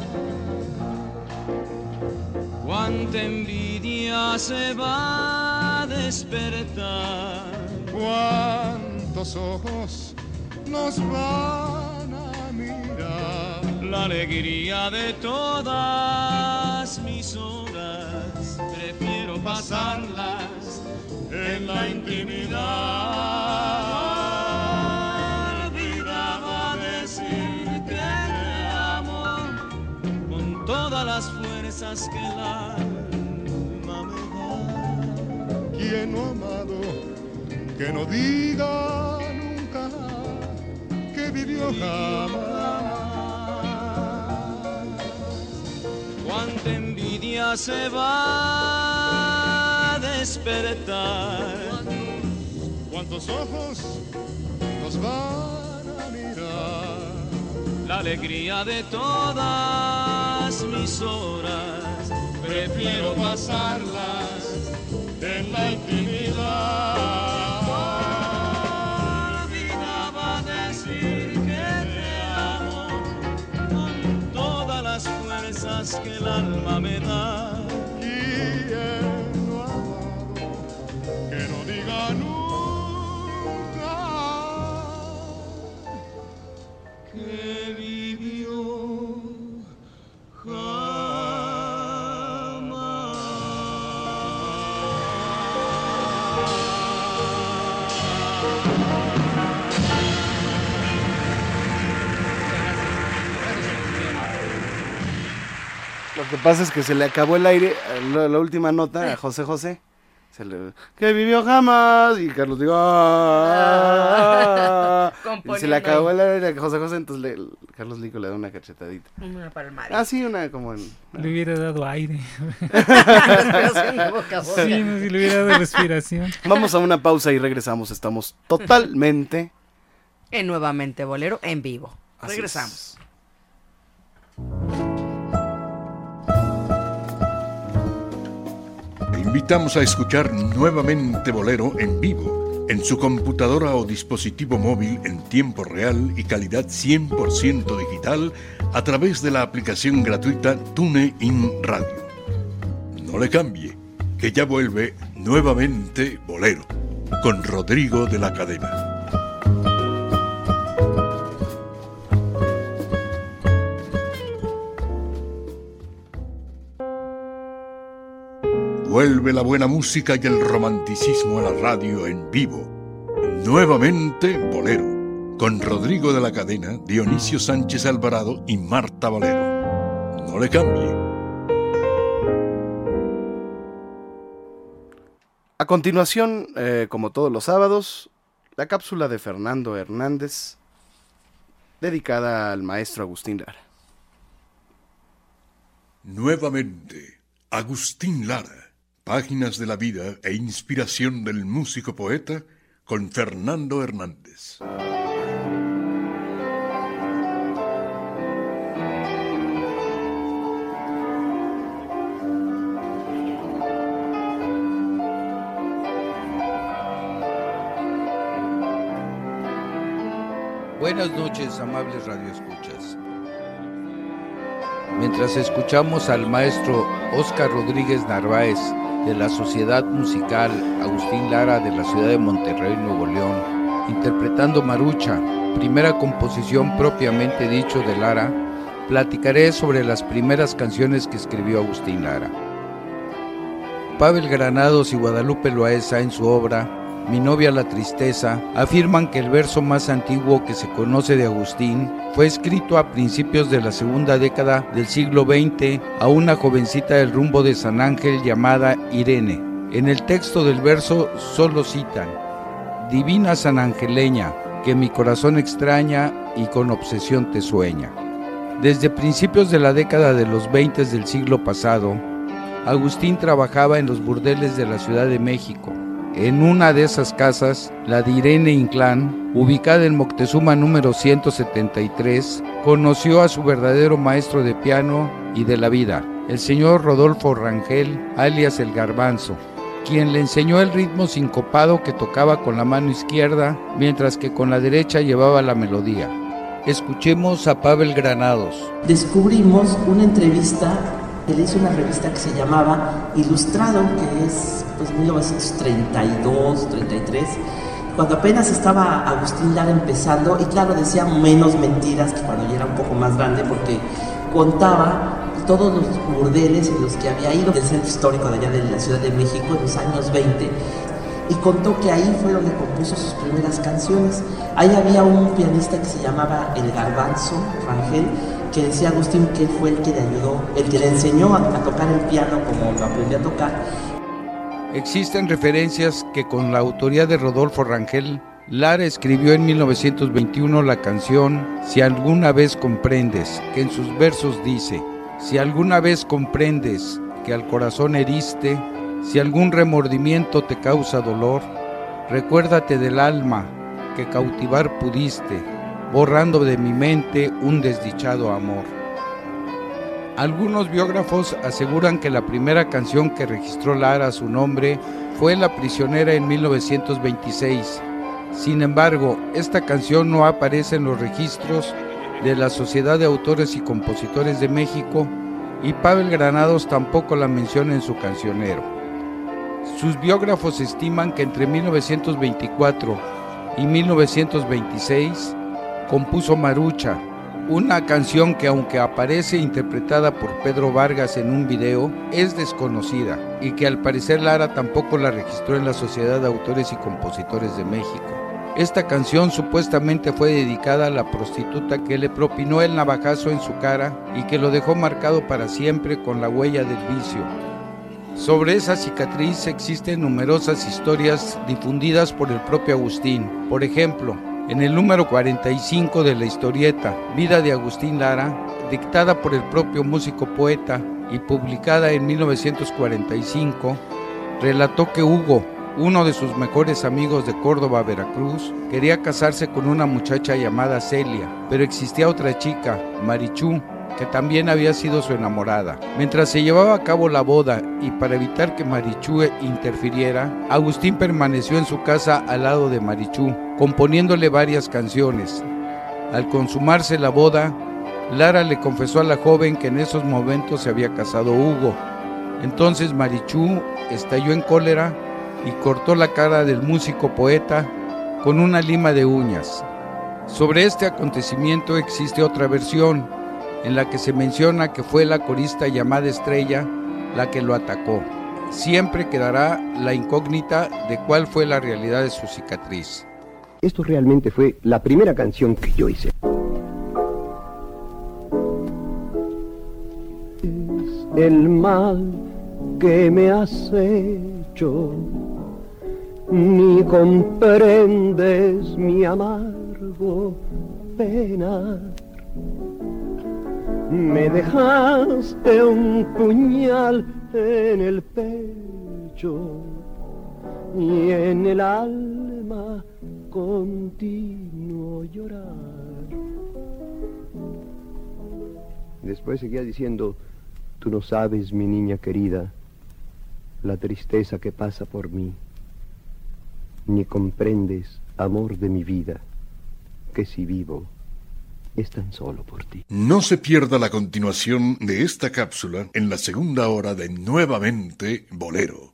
Cuánta envidia se va a despertar. Cuántos ojos nos van a mirar. La alegría de todas mis horas, prefiero pasarlas en la intimidad. Olvidaba decir que te amo con todas las fuerzas que el alma me da. Quien no ha amado, que no diga nunca que vivió jamás. Cuánta envidia se va a despertar. Cuántos ojos nos van a mirar. La alegría de todas mis horas, prefiero pasarlas en la intimidad. Olvidaba decir que te amo con todas las fuerzas que el alma me da. Quien no ha amado, que no diga nunca Que vivió Lo que pasa es que se le acabó el aire, la última nota a José José. Que vivió jamás. Y Carlos dijo, y se le acabó el aire a José José, entonces Carlos Lico le da una cachetadita. Una palmada. Sí, una como en... Le hubiera dado aire. Respiración de boca a boca. Sí, no, si le hubiera dado respiración. Vamos a una pausa y regresamos. Estamos totalmente... En Nuevamente Bolero en vivo. Así Regresamos. Es. Te invitamos a escuchar Nuevamente Bolero en vivo, en su computadora o dispositivo móvil en tiempo real y calidad 100% digital a través de la aplicación gratuita TuneIn Radio. No le cambie, que ya vuelve Nuevamente Bolero, con Rodrigo de la Cadena. Vuelve la buena música y el romanticismo a la radio en vivo. Nuevamente Bolero, con Rodrigo de la Cadena, Dionisio Sánchez Alvarado y Marta Valero. No le cambie. A continuación, como todos los sábados, la cápsula de Fernando Hernández, dedicada al maestro Agustín Lara. Nuevamente, Agustín Lara, páginas de la vida e inspiración del músico poeta con Fernando Hernández. Buenas noches, amables radioescuchas. Mientras escuchamos al maestro Óscar Rodríguez Narváez de la Sociedad Musical Agustín Lara de la ciudad de Monterrey, Nuevo León, interpretando Marucha, primera composición propiamente dicho de Lara, platicaré sobre las primeras canciones que escribió Agustín Lara. Pavel Granados y Guadalupe Loaesa en su obra Mi novia la tristeza, afirman que el verso más antiguo que se conoce de Agustín fue escrito a principios de la segunda década del siglo XX a una jovencita del rumbo de San Ángel llamada Irene. En el texto del verso solo citan: Divina sanangeleña, que mi corazón extraña y con obsesión te sueña. Desde principios de la década de los 20 del siglo pasado, Agustín trabajaba en los burdeles de la Ciudad de México. En una de esas casas, la de Irene Inclán, ubicada en Moctezuma número 173, conoció a su verdadero maestro de piano y de la vida, el señor Rodolfo Rangel, alias el Garbanzo, quien le enseñó el ritmo sincopado que tocaba con la mano izquierda, mientras que con la derecha llevaba la melodía. Escuchemos a Pavel Granados. Descubrimos una entrevista que le hizo una revista que se llamaba Ilustrado, que es 1932, 33, cuando apenas estaba Agustín Lara empezando, y claro, decía menos mentiras que cuando ya era un poco más grande, porque contaba todos los burdeles en los que había ido del centro histórico de allá de la Ciudad de México en los años 20, y contó que ahí fue donde compuso sus primeras canciones. Ahí había un pianista que se llamaba el Garbanzo Rangel, que decía Agustín que fue el que le ayudó, el que le enseñó a tocar el piano como lo aprendió a tocar. Existen referencias que con la autoría de Rodolfo Rangel, Lara escribió en 1921 la canción Si alguna vez comprendes, que en sus versos dice: Si alguna vez comprendes que al corazón heriste, si algún remordimiento te causa dolor, recuérdate del alma que cautivar pudiste, borrando de mi mente un desdichado amor. Algunos biógrafos aseguran que la primera canción que registró Lara a su nombre fue La prisionera en 1926. Sin embargo, esta canción no aparece en los registros de la Sociedad de Autores y Compositores de México, y Pavel Granados tampoco la menciona en su cancionero. Sus biógrafos estiman que entre 1924 y 1926 compuso Marucha, una canción que, aunque aparece interpretada por Pedro Vargas en un video, es desconocida, y que al parecer Lara tampoco la registró en la Sociedad de Autores y Compositores de México. Esta canción supuestamente fue dedicada a la prostituta que le propinó el navajazo en su cara y que lo dejó marcado para siempre con la huella del vicio. Sobre esa cicatriz existen numerosas historias difundidas por el propio Agustín. Por ejemplo, en el número 45 de la historieta Vida de Agustín Lara, dictada por el propio músico poeta y publicada en 1945, relató que Hugo, uno de sus mejores amigos de Córdoba, Veracruz, quería casarse con una muchacha llamada Celia, pero existía otra chica, Marichú, que también había sido su enamorada. Mientras se llevaba a cabo la boda y para evitar que Marichú interfiriera, Agustín permaneció en su casa al lado de Marichú, componiéndole varias canciones. Al consumarse la boda, Lara le confesó a la joven que en esos momentos se había casado Hugo. Entonces Marichú estalló en cólera y cortó la cara del músico poeta con una lima de uñas. Sobre este acontecimiento existe otra versión, en la que se menciona que fue la corista llamada Estrella la que lo atacó. Siempre quedará la incógnita de cuál fue la realidad de su cicatriz. Esto realmente fue la primera canción que yo hice. Es el mal que me has hecho ni comprendes mi amargo penar. Me dejaste un puñal en el pecho y en el alma continuo llorar. Después seguía diciendo: tú no sabes, mi niña querida, la tristeza que pasa por mí, ni comprendes, amor de mi vida, que si vivo es tan solo por ti. No se pierda la continuación de esta cápsula en la segunda hora de Nuevamente Bolero.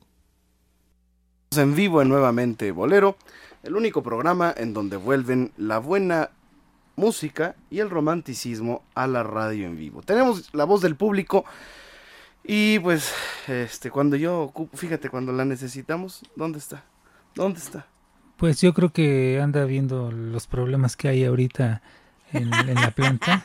En vivo en Nuevamente Bolero, el único programa en donde vuelven la buena música y el romanticismo a la radio en vivo. Tenemos la voz del público y pues cuando cuando la necesitamos, ¿dónde está? Pues yo creo que anda viendo los problemas que hay ahorita en la planta.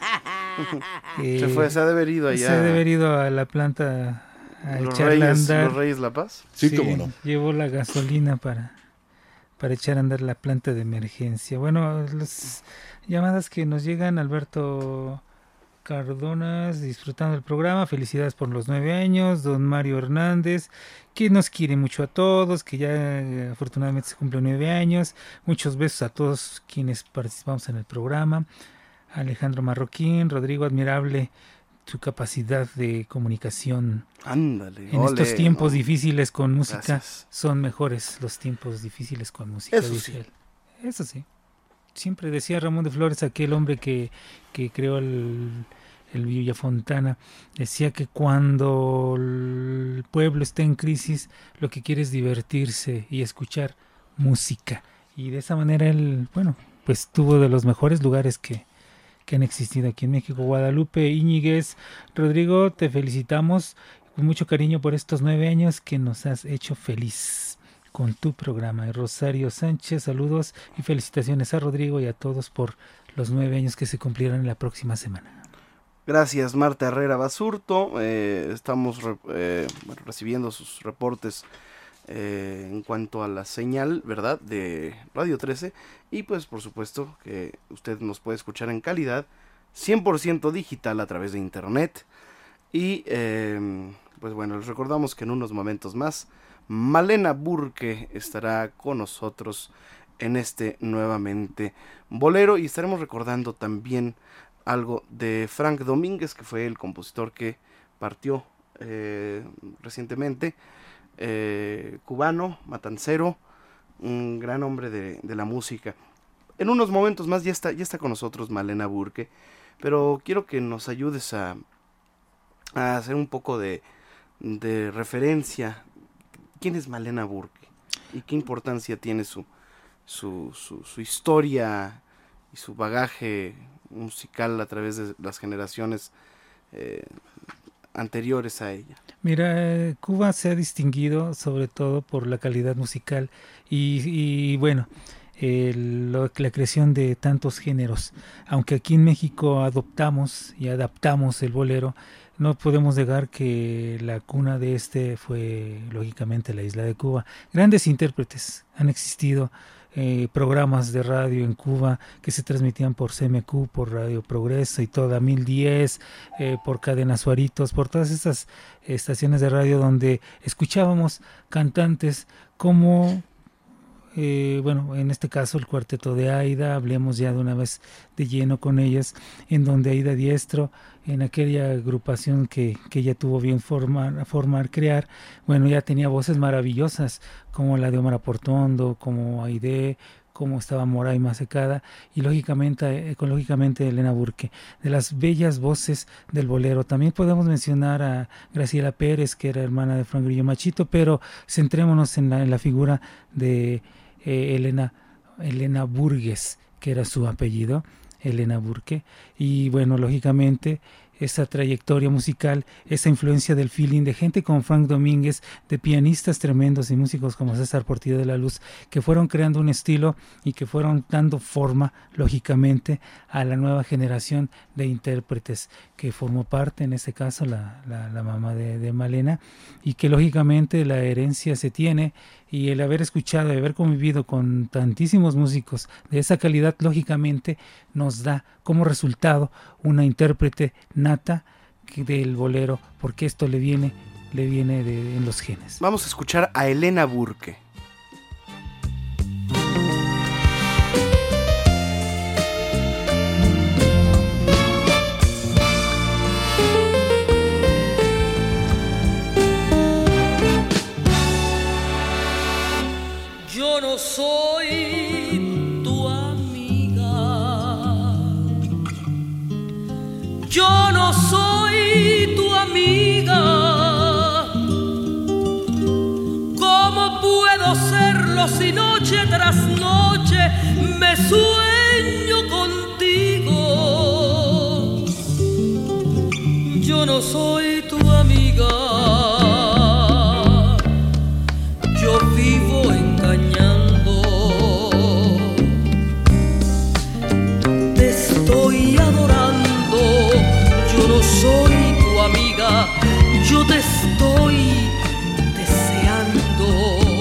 Se ha de haber ido allá. Se ha de haber ido a la planta a los echarle a andar. ¿Los Reyes La Paz? Sí, cómo no. Llevó la gasolina para echar a andar la planta de emergencia. Bueno, las llamadas que nos llegan: Alberto Cardonas, disfrutando del programa, felicidades por los 9 años. Don Mario Hernández, que nos quiere mucho a todos, que ya afortunadamente se cumple 9 años. Muchos besos a todos quienes participamos en el programa. Alejandro Marroquín, Rodrigo, admirable tu capacidad de comunicación. Ándale, en estos tiempos difíciles con música. Gracias. Son mejores los tiempos difíciles con música. Eso sí. Él. Eso sí. Siempre decía Ramón de Flores, aquel hombre que creó el Villafontana, decía que cuando el pueblo está en crisis, lo que quiere es divertirse y escuchar música. Y de esa manera él, pues tuvo de los mejores lugares que han existido aquí en México. Guadalupe Íñiguez, Rodrigo, te felicitamos con mucho cariño por estos 9 años que nos has hecho feliz con tu programa. Y Rosario Sánchez, saludos y felicitaciones a Rodrigo y a todos por los 9 años que se cumplieron en la próxima semana. Gracias, Marta Herrera Basurto. Estamos recibiendo sus reportes en cuanto a la señal, ¿verdad?, de Radio 13, y pues por supuesto que usted nos puede escuchar en calidad 100% digital a través de internet. Y pues bueno, les recordamos que en unos momentos más Malena Burke estará con nosotros en este Nuevamente Bolero, y estaremos recordando también algo de Frank Domínguez, que fue el compositor que partió recientemente, cubano, matancero, un gran hombre de la música. En unos momentos más ya está con nosotros Malena Burke, pero quiero que nos ayudes a hacer un poco de referencia. ¿Quién es Malena Burke? ¿Y qué importancia tiene su historia y su bagaje musical a través de las generaciones anteriores a ella? Mira, Cuba se ha distinguido sobre todo por la calidad musical y bueno, la creación de tantos géneros. Aunque aquí en México adoptamos y adaptamos el bolero, no podemos negar que la cuna de fue lógicamente la isla de Cuba. Grandes intérpretes han existido, programas de radio en Cuba que se transmitían por CMQ, por Radio Progreso y toda 1010, por Cadena Suaritos, por todas estas estaciones de radio donde escuchábamos cantantes como en este caso el cuarteto de Aida. Hablemos ya de una vez de lleno con ellas, en donde Aida Diestro, en aquella agrupación que ella tuvo bien crear, ya tenía voces maravillosas como la de Omar Aportondo, como Aide, como estaba Moraima Secada y lógicamente Elena Burke, de las bellas voces del bolero. También podemos mencionar a Graciela Pérez, que era hermana de Fran Grillo Machito, pero centrémonos en la figura de Elena Burgues, que era su apellido, Elena Burke. Y bueno, lógicamente esa trayectoria musical, esa influencia del feeling de gente como Frank Domínguez, de pianistas tremendos y músicos como César Portillo de la Luz, que fueron creando un estilo y que fueron dando forma, lógicamente, a la nueva generación de intérpretes, que formó parte, en este caso, la mamá de Malena, y que lógicamente la herencia se tiene, y el haber escuchado y haber convivido con tantísimos músicos de esa calidad, lógicamente nos da como resultado una intérprete nata del bolero, porque esto le viene en los genes. Vamos a escuchar a Elena Burke. Yo no soy tu amiga, yo no soy tu amiga. ¿Cómo puedo serlo si noche tras noche me sueño contigo? Yo no soy tu amiga, yo vivo engañando. Te estoy adorando, yo no soy tu amiga, yo te estoy deseando.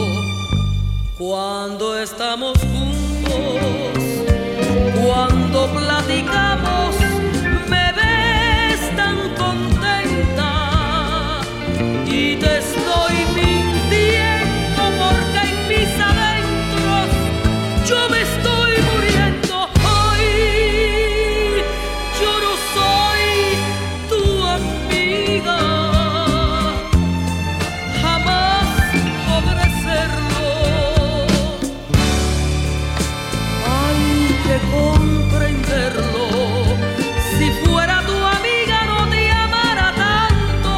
Cuando estamos juntos, cuando platicamos, me ves tan contenta y te estoy mintiendo porque en mis adentros yo me estoy muriendo. Hoy yo no soy tu amiga, jamás podré serlo. Hay que comprenderlo. Si fuera tu amiga no te amara tanto.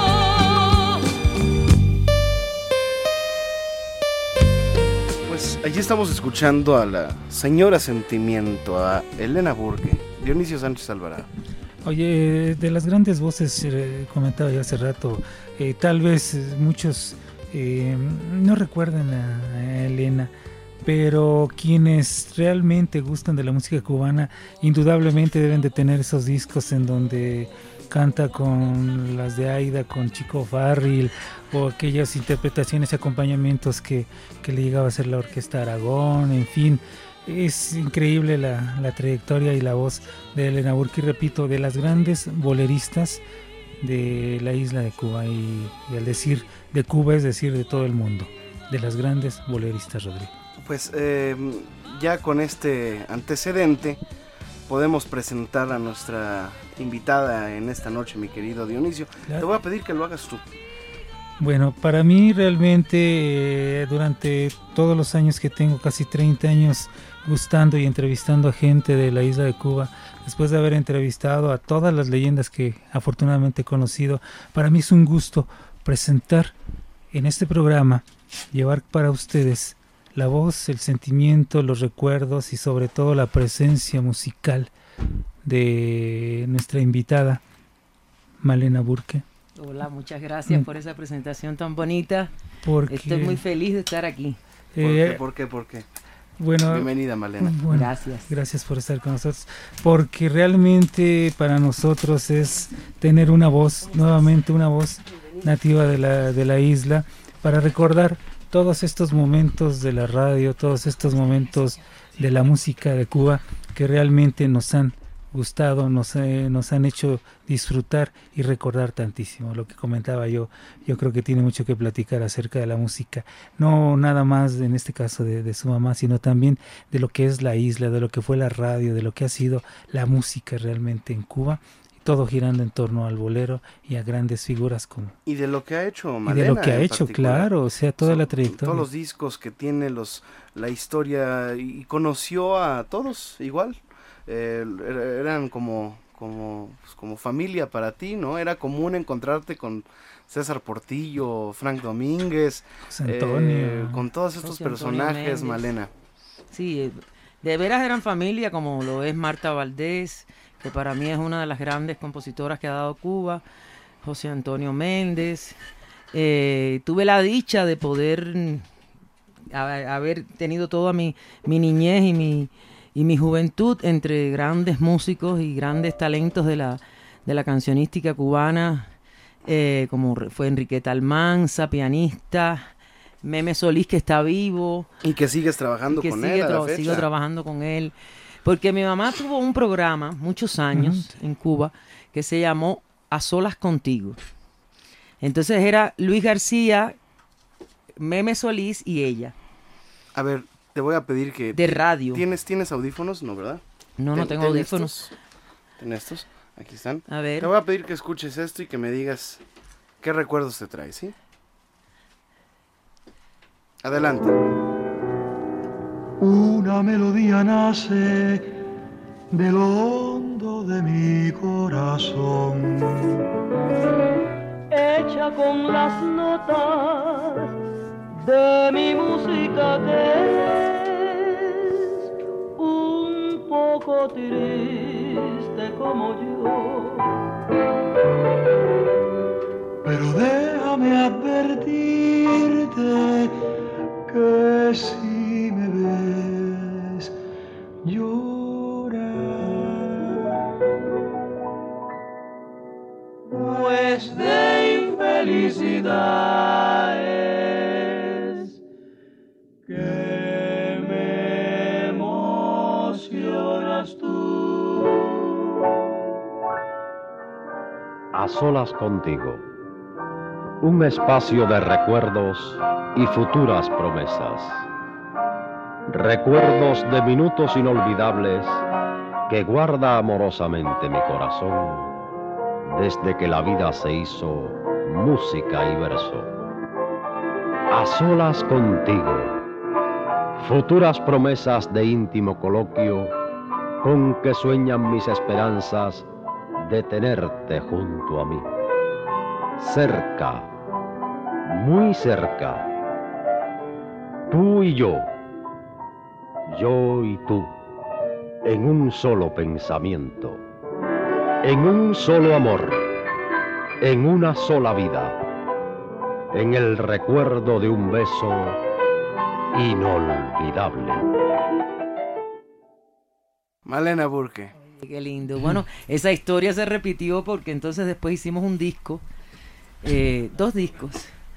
Pues allí estamos escuchando a la señora Sentimiento, a Elena Burke, Dionisio Sánchez Alvarado. Oye, de las grandes voces, comentaba yo hace rato, tal vez muchos no recuerdan a Elena, pero quienes realmente gustan de la música cubana, indudablemente deben de tener esos discos en donde canta con las de Aida, con Chico Farril, o aquellas interpretaciones y acompañamientos que le llegaba a hacer la Orquesta Aragón, en fin. Es increíble la trayectoria y la voz de Elena Burke, y repito, de las grandes boleristas de la isla de Cuba, y al decir de Cuba es decir de todo el mundo, de las grandes boleristas, Rodrigo. Pues ya con este antecedente podemos presentar a nuestra invitada en esta noche, mi querido Dionisio. Claro. Te voy a pedir que lo hagas tú. Bueno, para mí realmente durante todos los años que tengo, casi 30 años gustando y entrevistando a gente de la isla de Cuba, después de haber entrevistado a todas las leyendas que afortunadamente he conocido, para mí es un gusto presentar en este programa, llevar para ustedes la voz, el sentimiento, los recuerdos y sobre todo la presencia musical de nuestra invitada, Malena Burke. Hola, muchas gracias por esa presentación tan bonita. Estoy muy feliz de estar aquí. ¿Por qué? Bueno, bienvenida, Malena. Bueno, gracias por estar con nosotros, porque realmente para nosotros es tener una voz, nuevamente una voz nativa de la isla, para recordar todos estos momentos de la radio, todos estos momentos de la música de Cuba que realmente nos han gustado, nos han hecho disfrutar y recordar tantísimo. Lo que comentaba yo creo que tiene mucho que platicar acerca de la música, no nada más en este caso de su mamá, sino también de lo que es la isla, de lo que fue la radio, de lo que ha sido la música realmente en Cuba, todo girando en torno al bolero y a grandes figuras como... Y de lo que ha hecho Malena. Y de lo que ha hecho, claro, o sea, toda la trayectoria. Todos los discos que tiene, la historia, y conoció a todos igual. Eran como familia para ti, ¿no? Era común encontrarte con César Portillo, Frank Domínguez, Antonio, con todos estos personajes, Malena. Sí, de veras eran familia, como lo es Marta Valdés, que para mí es una de las grandes compositoras que ha dado Cuba, José Antonio Méndez. Tuve la dicha de poder haber tenido toda mi niñez y mi juventud entre grandes músicos y grandes talentos de la cancionística cubana, como fue Enriqueta Almanza, pianista, Meme Solís, que está vivo. Y que sigues trabajando con él a la fecha. Sigo trabajando con él. Porque mi mamá tuvo un programa, muchos años, en Cuba, que se llamó A Solas Contigo. Entonces era Luis García, Meme Solís y ella. A ver, te voy a pedir que... De radio. ¿Tienes audífonos? No, ¿verdad? No tengo audífonos. ¿Ten estos? Aquí están. A ver. Te voy a pedir que escuches esto y que me digas qué recuerdos te trae, ¿sí? Adelante. Una melodía nace de lo hondo de mi corazón, hecha con las notas de mi música, que es un poco triste como yo. Pero déjame advertirte que si me ves llorar, pues de infelicidad es que me emocionas tú. A solas contigo, un espacio de recuerdos y futuras promesas. Recuerdos de minutos inolvidables que guarda amorosamente mi corazón desde que la vida se hizo música y verso. A solas contigo, futuras promesas de íntimo coloquio con que sueñan mis esperanzas de tenerte junto a mí. Cerca, muy cerca, tú y yo y tú, en un solo pensamiento, en un solo amor, en una sola vida, en el recuerdo de un beso inolvidable. Malena Burke. Qué lindo. Bueno, esa historia se repitió porque entonces después hicimos un disco, 2 discos,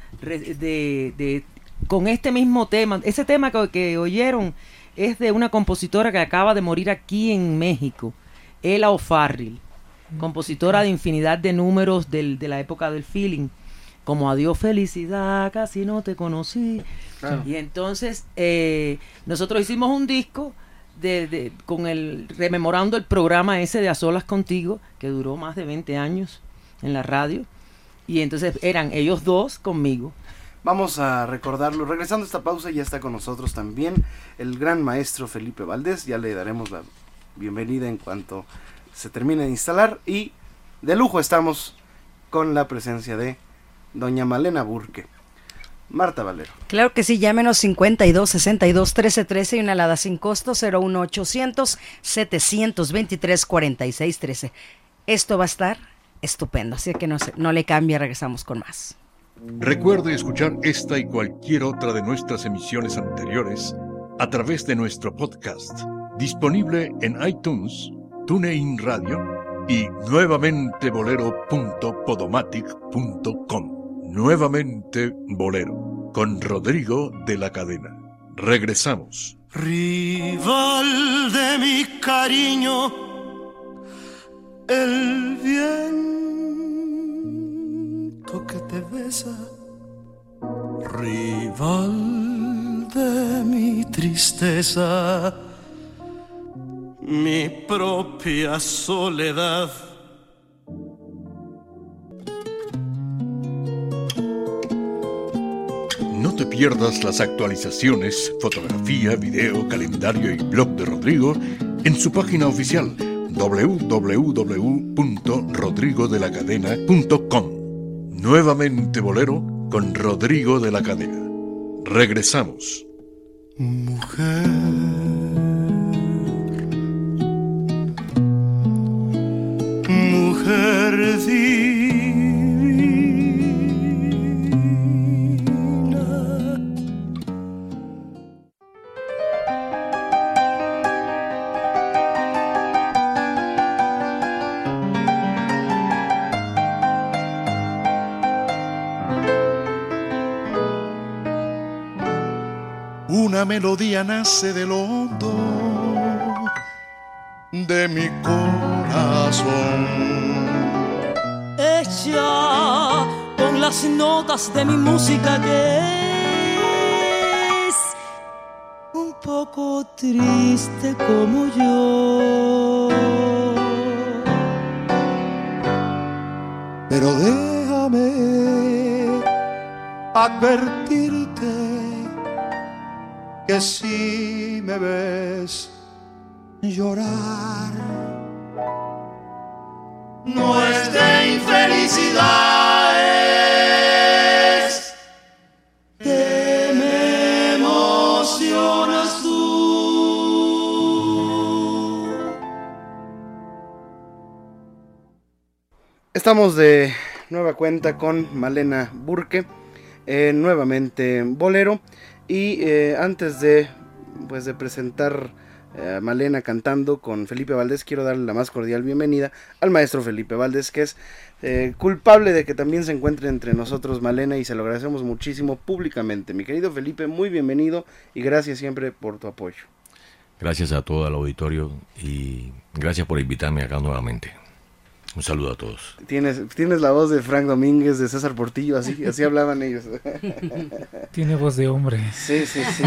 con este mismo tema. Ese tema que oyeron es de una compositora que acaba de morir aquí en México, Ela O'Farrill, compositora de infinidad de números de la época del feeling, como Adiós Felicidad, Casi no te conocí. Claro. Y entonces nosotros hicimos un disco rememorando el programa ese de A Solas Contigo, que duró más de 20 años en la radio, y entonces eran ellos 2 conmigo. Vamos a recordarlo. Regresando a esta pausa, ya está con nosotros también el gran maestro Felipe Valdés. Ya le daremos la bienvenida en cuanto se termine de instalar. Y de lujo estamos con la presencia de doña Malena Burke. Marta Valero. Claro que sí, llámenos 52 62 13 13 y una alada sin costo 01800 723 46 13. Esto va a estar estupendo, así que no le cambie, regresamos con más. Recuerde escuchar esta y cualquier otra de nuestras emisiones anteriores a través de nuestro podcast, disponible en iTunes, TuneIn Radio y nuevamentebolero.podomatic.com. Nuevamente Bolero, con Rodrigo de la Cadena. Regresamos. Rival de mi cariño, el viento que te besa, rival de mi tristeza, mi propia soledad. No te pierdas las actualizaciones, fotografía, video, calendario y blog de Rodrigo en su página oficial www.rodrigodelacadena.com. Nuevamente Bolero con Rodrigo de la Cadena. Regresamos. Mujer, una melodía nace del hondo de mi corazón. Ella con las notas de mi música que es un poco triste como yo. Pero déjame advertirte que si me ves llorar, no es de infelicidad, es que me emocionas tú. Estamos de nueva cuenta con Malena Burke, nuevamente bolero, y antes de presentar a Malena cantando con Felipe Valdés, quiero darle la más cordial bienvenida al maestro Felipe Valdés, que es culpable de que también se encuentre entre nosotros Malena, y se lo agradecemos muchísimo públicamente. Mi querido Felipe, muy bienvenido y gracias siempre por tu apoyo. Gracias a todo el auditorio y gracias por invitarme acá nuevamente. Un saludo a todos. Tienes la voz de Frank Domínguez, de César Portillo, así hablaban ellos. Tiene voz de hombre. Sí.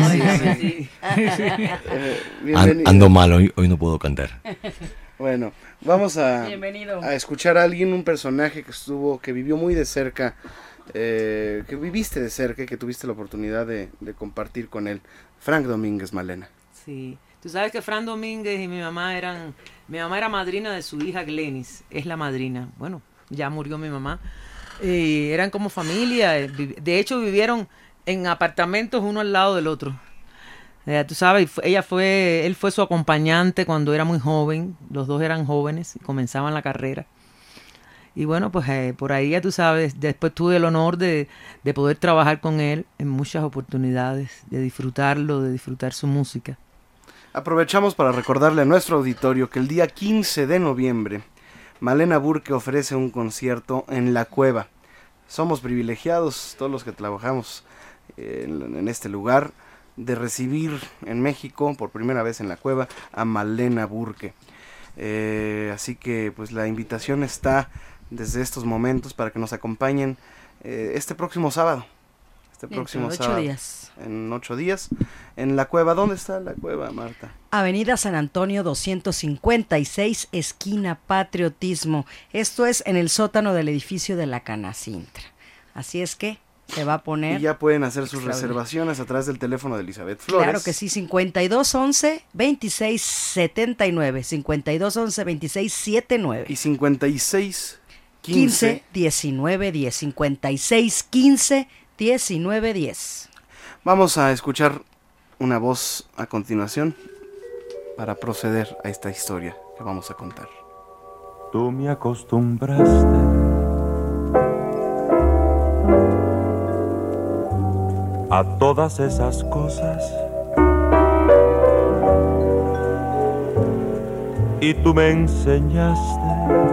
Ando mal, hoy no puedo cantar. Bueno, vamos a escuchar a alguien, un personaje que vivió muy de cerca, que viviste de cerca y que tuviste la oportunidad de compartir con él. Frank Domínguez, Malena. Sí, tú sabes que Frank Domínguez y mi mamá era madrina de su hija Glenis, es la madrina. Bueno, ya murió mi mamá. Eran como familia, de hecho vivieron en apartamentos uno al lado del otro. Tú sabes, él fue su acompañante cuando era muy joven, los dos eran jóvenes y comenzaban la carrera. Y bueno, pues por ahí ya tú sabes, después tuve el honor de poder trabajar con él en muchas oportunidades, de disfrutarlo, de disfrutar su música. Aprovechamos para recordarle a nuestro auditorio que el día 15 de noviembre Malena Burke ofrece un concierto en La Cueva. Somos privilegiados, todos los que trabajamos en este lugar, de recibir en México, por primera vez en La Cueva, a Malena Burke. Así que pues la invitación está desde estos momentos para que nos acompañen este próximo sábado. En 8 días, en La Cueva. ¿Dónde está La Cueva, Marta? Avenida San Antonio 256, esquina Patriotismo. Esto es en el sótano del edificio de la Canacintra. Así es que se va a poner... Y ya pueden hacer sus reservaciones a través del teléfono de Elizabeth Flores. Claro que sí, 5211-2679, 5211-2679. Y 56 15 19 10, 56 15 19 10. Vamos a escuchar una voz a continuación para proceder a esta historia que vamos a contar. Tú me acostumbraste a todas esas cosas y tú me enseñaste.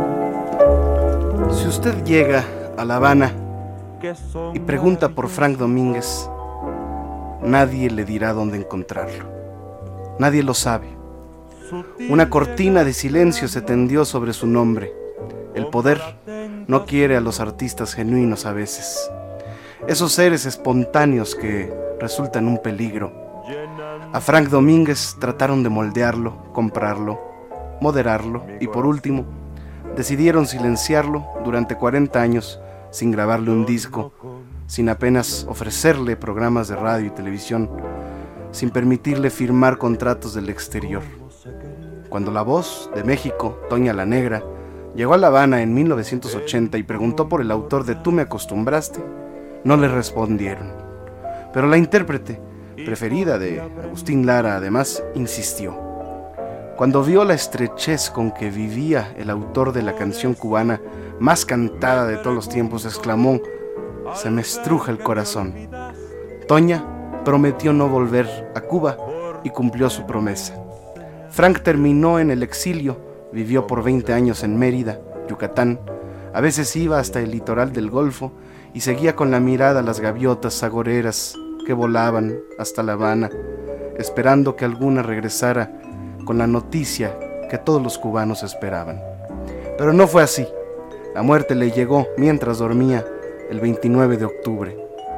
Si usted llega a La Habana y pregunta por Frank Domínguez, nadie le dirá dónde encontrarlo. Nadie lo sabe. Una cortina de silencio se tendió sobre su nombre. El poder no quiere a los artistas genuinos a veces. Esos seres espontáneos que resultan un peligro. A Frank Domínguez trataron de moldearlo, comprarlo, moderarlo y por último decidieron silenciarlo durante 40 años sin grabarle un disco, sin apenas ofrecerle programas de radio y televisión, sin permitirle firmar contratos del exterior. Cuando la voz de México, Toña la Negra, llegó a La Habana en 1980 y preguntó por el autor de Tú me acostumbraste, no le respondieron. Pero la intérprete preferida de Agustín Lara, además, insistió. Cuando vio la estrechez con que vivía el autor de la canción cubana más cantada de todos los tiempos, exclamó: se me estruja el corazón. Toña prometió no volver a Cuba y cumplió su promesa. Frank terminó en el exilio, vivió por 20 años en Mérida, Yucatán. A veces iba hasta el litoral del Golfo y seguía con la mirada las gaviotas agoreras que volaban hasta La Habana, esperando que alguna regresara con la noticia que todos los cubanos esperaban. Pero no fue así. La muerte le llegó mientras dormía el 29 de octubre.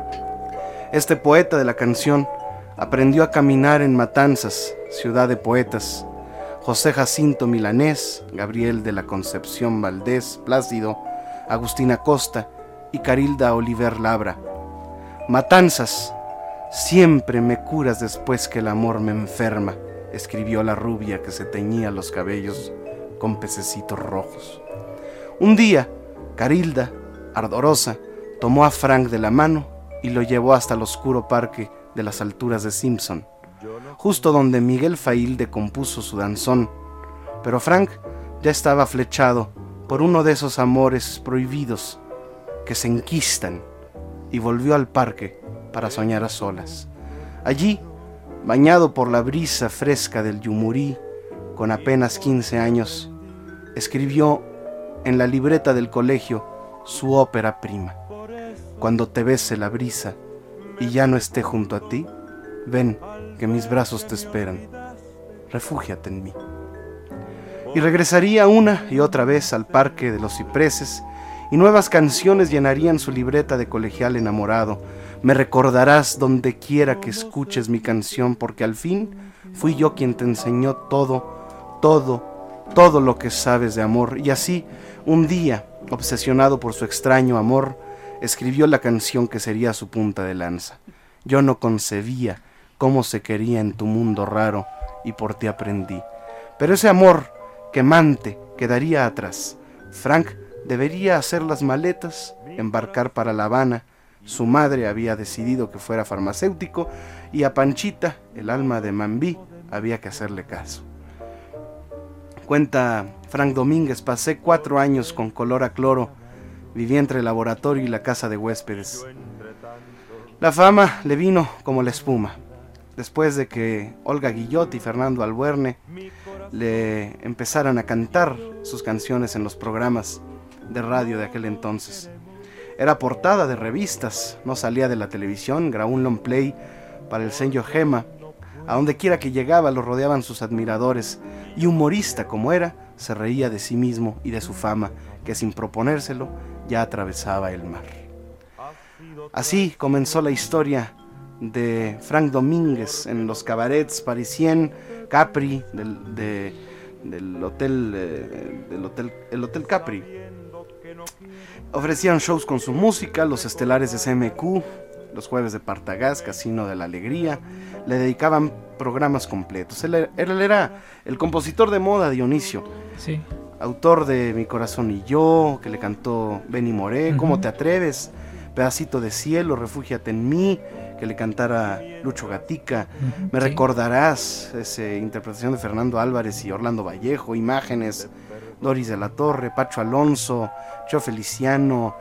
Este poeta de la canción aprendió a caminar en Matanzas, ciudad de poetas. José Jacinto Milanés, Gabriel de la Concepción Valdés Plácido, Agustina Costa y Carilda Oliver Labra. Matanzas, siempre me curas después que el amor me enferma, escribió la rubia que se teñía los cabellos con pececitos rojos. Un día, Carilda, ardorosa, tomó a Frank de la mano y lo llevó hasta el oscuro parque de las alturas de Simpson, justo donde Miguel Failde compuso su danzón, pero Frank ya estaba flechado por uno de esos amores prohibidos que se enquistan, y volvió al parque para soñar a solas. Allí, bañado por la brisa fresca del Yumurí, con apenas 15 años, escribió en la libreta del colegio su ópera prima. Cuando te bese la brisa y ya no esté junto a ti, ven que mis brazos te esperan, refúgiate en mí. Y regresaría una y otra vez al Parque de los Cipreses, y nuevas canciones llenarían su libreta de colegial enamorado. Me recordarás donde quiera que escuches mi canción, porque al fin fui yo quien te enseñó todo lo que sabes de amor. Y así, un día, obsesionado por su extraño amor, escribió la canción que sería su punta de lanza. Yo no concebía cómo se quería en tu mundo raro, y por ti aprendí. Pero ese amor quemante quedaría atrás. Frank debería hacer las maletas, embarcar para La Habana. Su madre había decidido que fuera farmacéutico, y a Panchita, el alma de Mambí, había que hacerle caso. Cuenta Frank Domínguez: pasé 4 años con color a cloro, viví entre el laboratorio y la casa de huéspedes. La fama le vino como la espuma. Después de que Olga Guillot y Fernando Albuerne le empezaran a cantar sus canciones en los programas de radio de aquel entonces. Era portada de revistas, no salía de la televisión, grabó un long play para el sello Gema. A donde quiera que llegaba lo rodeaban sus admiradores, y humorista como era, se reía de sí mismo y de su fama, que sin proponérselo ya atravesaba el mar. Así comenzó la historia de Frank Domínguez en los cabarets parisien Capri del Hotel Capri. Ofrecían shows con su música, los estelares de CMQ, los jueves de Partagás, Casino de la Alegría. Le dedicaban programas completos. Él era el compositor de moda, Dionisio. Sí. Autor de Mi Corazón y Yo, que le cantó Benny Moré, ¿Cómo te atreves?, Pedacito de Cielo, Refúgiate en mí, que le cantara Lucho Gatica. Me recordarás, esa interpretación de Fernando Álvarez y Orlando Vallejo, Imágenes, Doris de la Torre, Pacho Alonso, Cho Feliciano.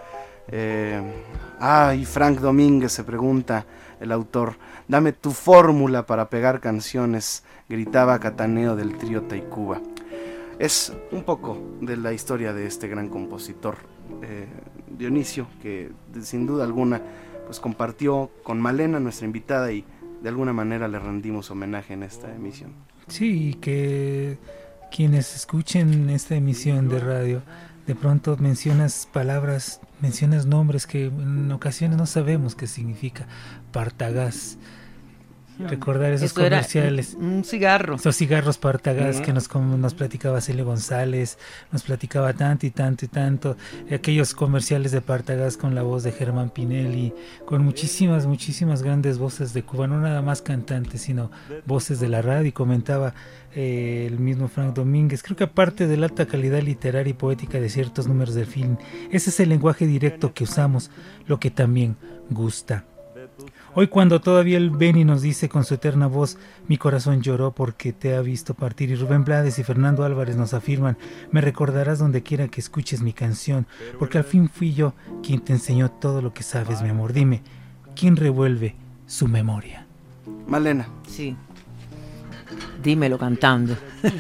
Y Frank Domínguez, se pregunta el autor, dame tu fórmula para pegar canciones, gritaba Cataneo del trío Taicuba. Es un poco de la historia de este gran compositor, Dionisio, que sin duda alguna pues compartió con Malena, nuestra invitada, y de alguna manera le rendimos homenaje en esta emisión. Sí, que quienes escuchen esta emisión de radio, de pronto mencionas palabras, mencionas nombres que en ocasiones no sabemos qué significa. Partagás. Recordar esos Esto comerciales. Era un cigarro. Esos cigarros Partagás que nos platicaba Celio González, nos platicaba tanto y tanto y tanto. Aquellos comerciales de Partagás con la voz de Germán Pinelli, con muchísimas grandes voces de Cuba, no nada más cantantes, sino voces de la radio. Y comentaba el mismo Frank Domínguez, creo que aparte de la alta calidad literaria y poética de ciertos números del film, ese es el lenguaje directo que usamos, lo que también gusta. Hoy, cuando todavía el Benny nos dice con su eterna voz, mi corazón lloró porque te ha visto partir, y Rubén Blades y Fernando Álvarez nos afirman, me recordarás donde quiera que escuches mi canción, porque al fin fui yo quien te enseñó todo lo que sabes, mi amor. Dime, ¿quién revuelve su memoria? Malena. Sí. Dímelo cantando.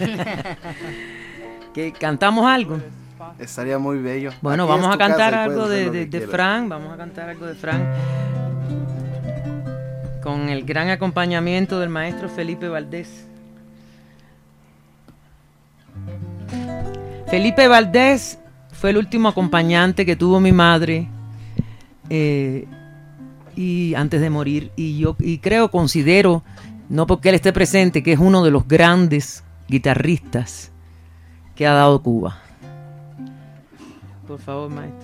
¿Que cantamos algo? Estaría muy bello. Bueno, Aquí vamos a cantar casa, algo de Frank. Vamos a cantar algo de Frank. con el gran acompañamiento del maestro Felipe Valdés. Felipe Valdés fue el último acompañante que tuvo mi madre y antes de morir, y considero, no porque él esté presente, que es uno de los grandes guitarristas que ha dado Cuba. Por favor, maestro.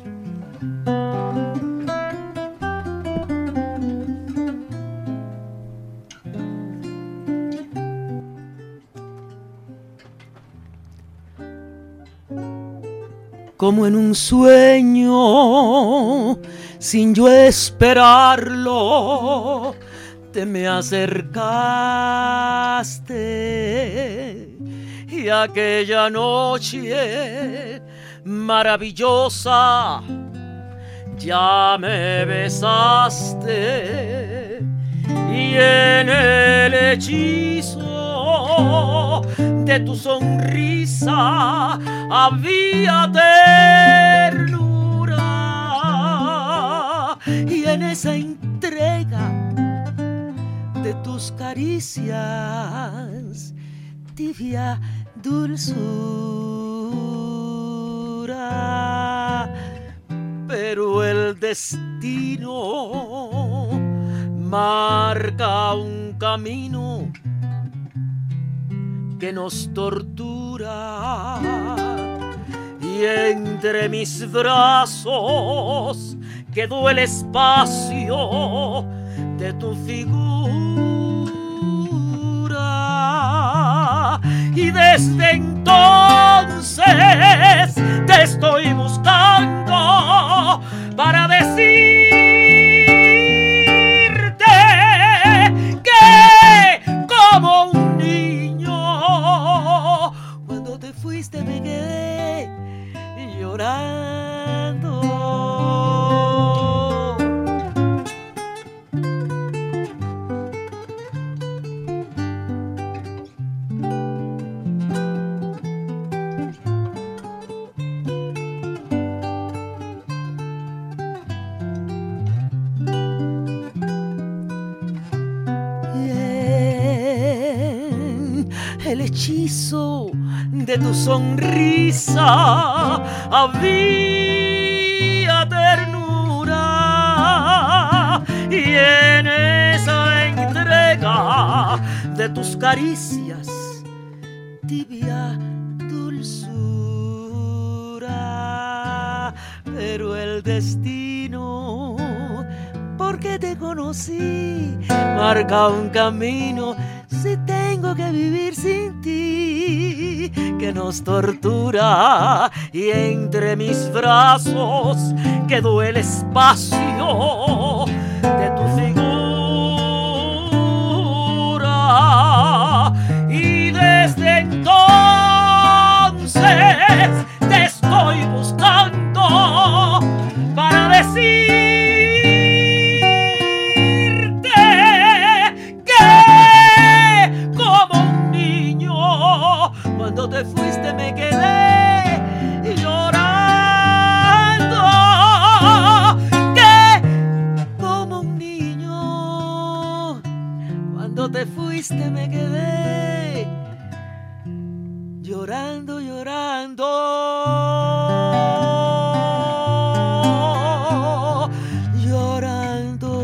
Como en un sueño, sin yo esperarlo, te me acercaste, y aquella noche maravillosa ya me besaste, y en el hechizo de tu sonrisa había ternura, y en esa entrega de tus caricias tibia dulzura. Pero el destino marca un camino que nos tortura, y entre mis brazos quedó el espacio de tu figura, y desde entonces te estoy buscando para decirte que como un niño, cuando te fuiste me quedé llorando. El hechizo de tu sonrisa había ternura, y en esa entrega de tus caricias tibia dulzura. Pero el destino, porque te conocí, marca un camino. Si tengo que vivir sin ti, que nos tortura, y entre mis brazos quedó el espacio de tu figura, y desde entonces te estoy buscando para decir cuando te fuiste me quedé llorando, que como un niño, cuando te fuiste me quedé llorando, llorando, llorando.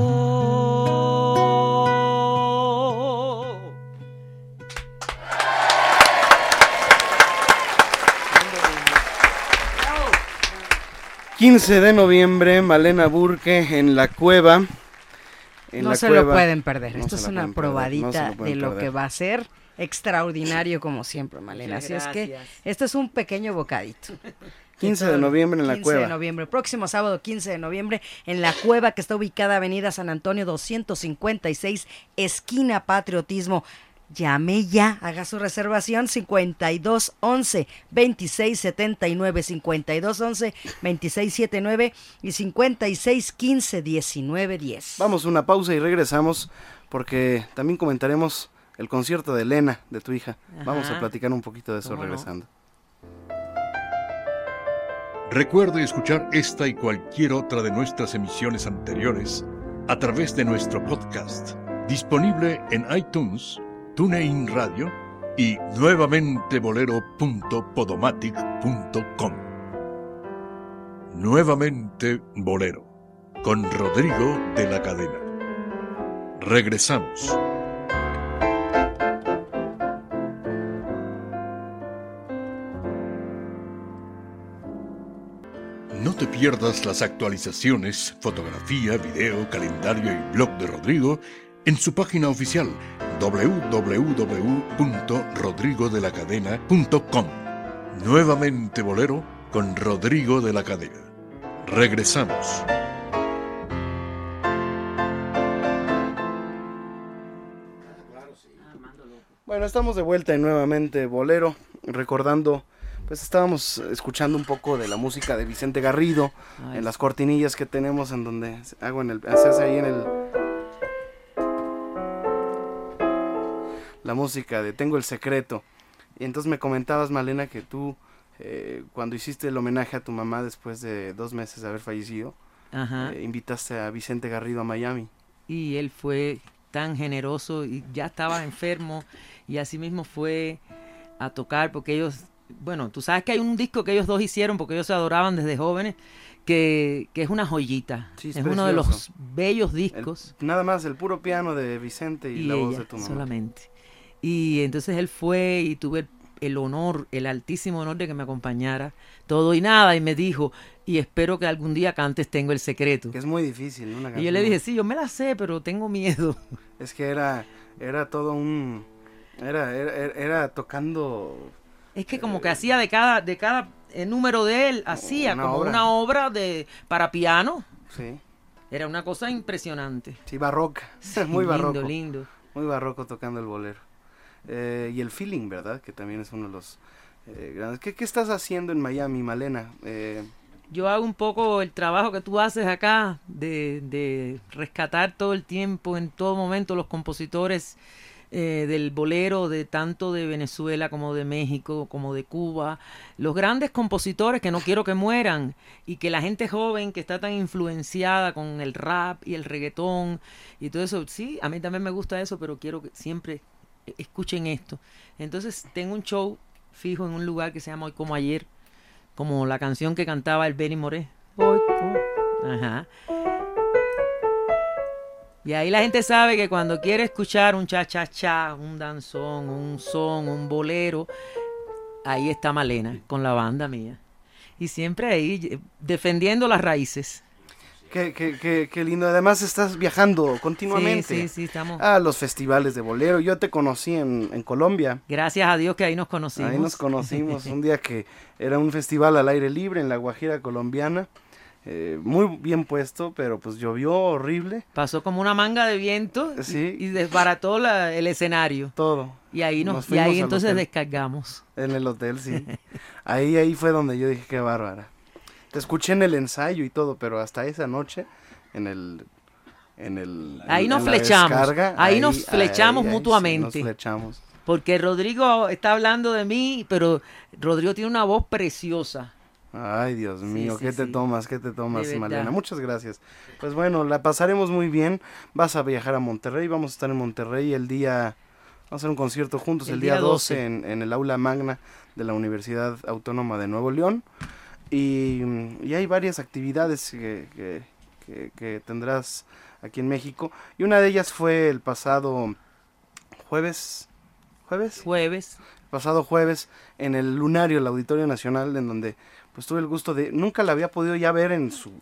15 de noviembre, Malena Burke en la cueva. No se lo pueden perder. Esto es una probadita de lo que va a ser extraordinario como siempre, Malena. Así es que esto es un pequeño bocadito. 15 de noviembre en la cueva. 15 de noviembre, próximo sábado 15 de noviembre en la cueva, que está ubicada Avenida San Antonio 256, esquina Patriotismo. Llame ya, haga su reservación 5211-2679, 5211-2679 y 5615-1910. Vamos a una pausa y regresamos porque también comentaremos el concierto de Elena, de tu hija. Ajá. Vamos a platicar un poquito de eso regresando. Recuerde escuchar esta y cualquier otra de nuestras emisiones anteriores a través de nuestro podcast Disponible en iTunes, TuneIn Radio y nuevamentebolero.podomatic.com. Nuevamente Bolero, con Rodrigo de la Cadena. Regresamos. No te pierdas las actualizaciones, fotografía, video, calendario y blog de Rodrigo en su página oficial www.rodrigodelacadena.com. Nuevamente Bolero con Rodrigo de la Cadena. Regresamos. Bueno, estamos de vuelta en Nuevamente Bolero, recordando, pues estábamos escuchando un poco de la música de Vicente Garrido. Ay, en las cortinillas que tenemos, en donde hago se hace ahí en el... la música de Tengo el Secreto. Y entonces me comentabas, Malena, que tú, cuando hiciste el homenaje a tu mamá después de 2 meses de haber fallecido, invitaste a Vicente Garrido a Miami. Y él fue tan generoso y ya estaba enfermo y así mismo fue a tocar, porque ellos, bueno, tú sabes que hay un disco que ellos dos hicieron porque ellos se adoraban desde jóvenes, que es una joyita. Sí, es uno de los bellos discos. Nada más el puro piano de Vicente y la voz de tu mamá. Solamente. Y entonces él fue y tuve el honor, el altísimo honor de que me acompañara, todo y nada, y me dijo, y espero que algún día cantes Tengo el Secreto. Que es muy difícil, ¿no? Una canción. Y yo le dije, sí, yo me la sé, pero tengo miedo. Es que era todo un... Era tocando... Es que como que hacía de cada número de él, hacía como una obra para piano. Sí. Era una cosa impresionante. Sí, barroca. Sí, muy barroco. lindo. Muy barroco tocando el bolero. Y el feeling, ¿verdad? Que también es uno de los grandes. ¿Qué estás haciendo en Miami, Malena? Yo hago un poco el trabajo que tú haces acá, de rescatar todo el tiempo, en todo momento, los compositores del bolero, de tanto de Venezuela como de México, como de Cuba, los grandes compositores que no quiero que mueran, y que la gente joven que está tan influenciada con el rap y el reggaetón y todo eso, sí, a mí también me gusta eso, pero quiero que siempre escuchen esto. Entonces tengo un show fijo en un lugar que se llama Hoy como Ayer, como la canción que cantaba el Benny Moré. Hoy como... Ajá. Y ahí la gente sabe que cuando quiere escuchar un cha-cha-cha, un danzón, un son, un bolero, ahí está Malena con la banda mía. Y siempre ahí defendiendo las raíces. Qué lindo. Además estás viajando continuamente. Sí, estamos. A los festivales de bolero. Yo te conocí en Colombia. Gracias a Dios que ahí nos conocimos. Ahí nos conocimos un día que era un festival al aire libre en la Guajira colombiana. Muy bien puesto, pero pues llovió horrible. Pasó como una manga de viento, sí, y desbarató el escenario. Todo. Y ahí entonces descargamos. En el hotel, sí. ahí fue donde yo dije, qué bárbara. Te escuché en el ensayo y todo, pero hasta esa noche ahí nos flechamos. Descarga, ahí nos flechamos mutuamente. Sí, nos flechamos. Porque Rodrigo está hablando de mí, pero Rodrigo tiene una voz preciosa. Ay, Dios mío, ¿qué te tomas, Malena? Muchas gracias. Pues bueno, la pasaremos muy bien. Vas a viajar a Monterrey, vamos a estar en Monterrey vamos a hacer un concierto juntos el día 12 en el aula magna de la Universidad Autónoma de Nuevo León. Y hay varias actividades que tendrás aquí en México. Y una de ellas fue el pasado jueves. Pasado jueves en el Lunario, el Auditorio Nacional, en donde pues tuve el gusto de, nunca la había podido ya ver en sus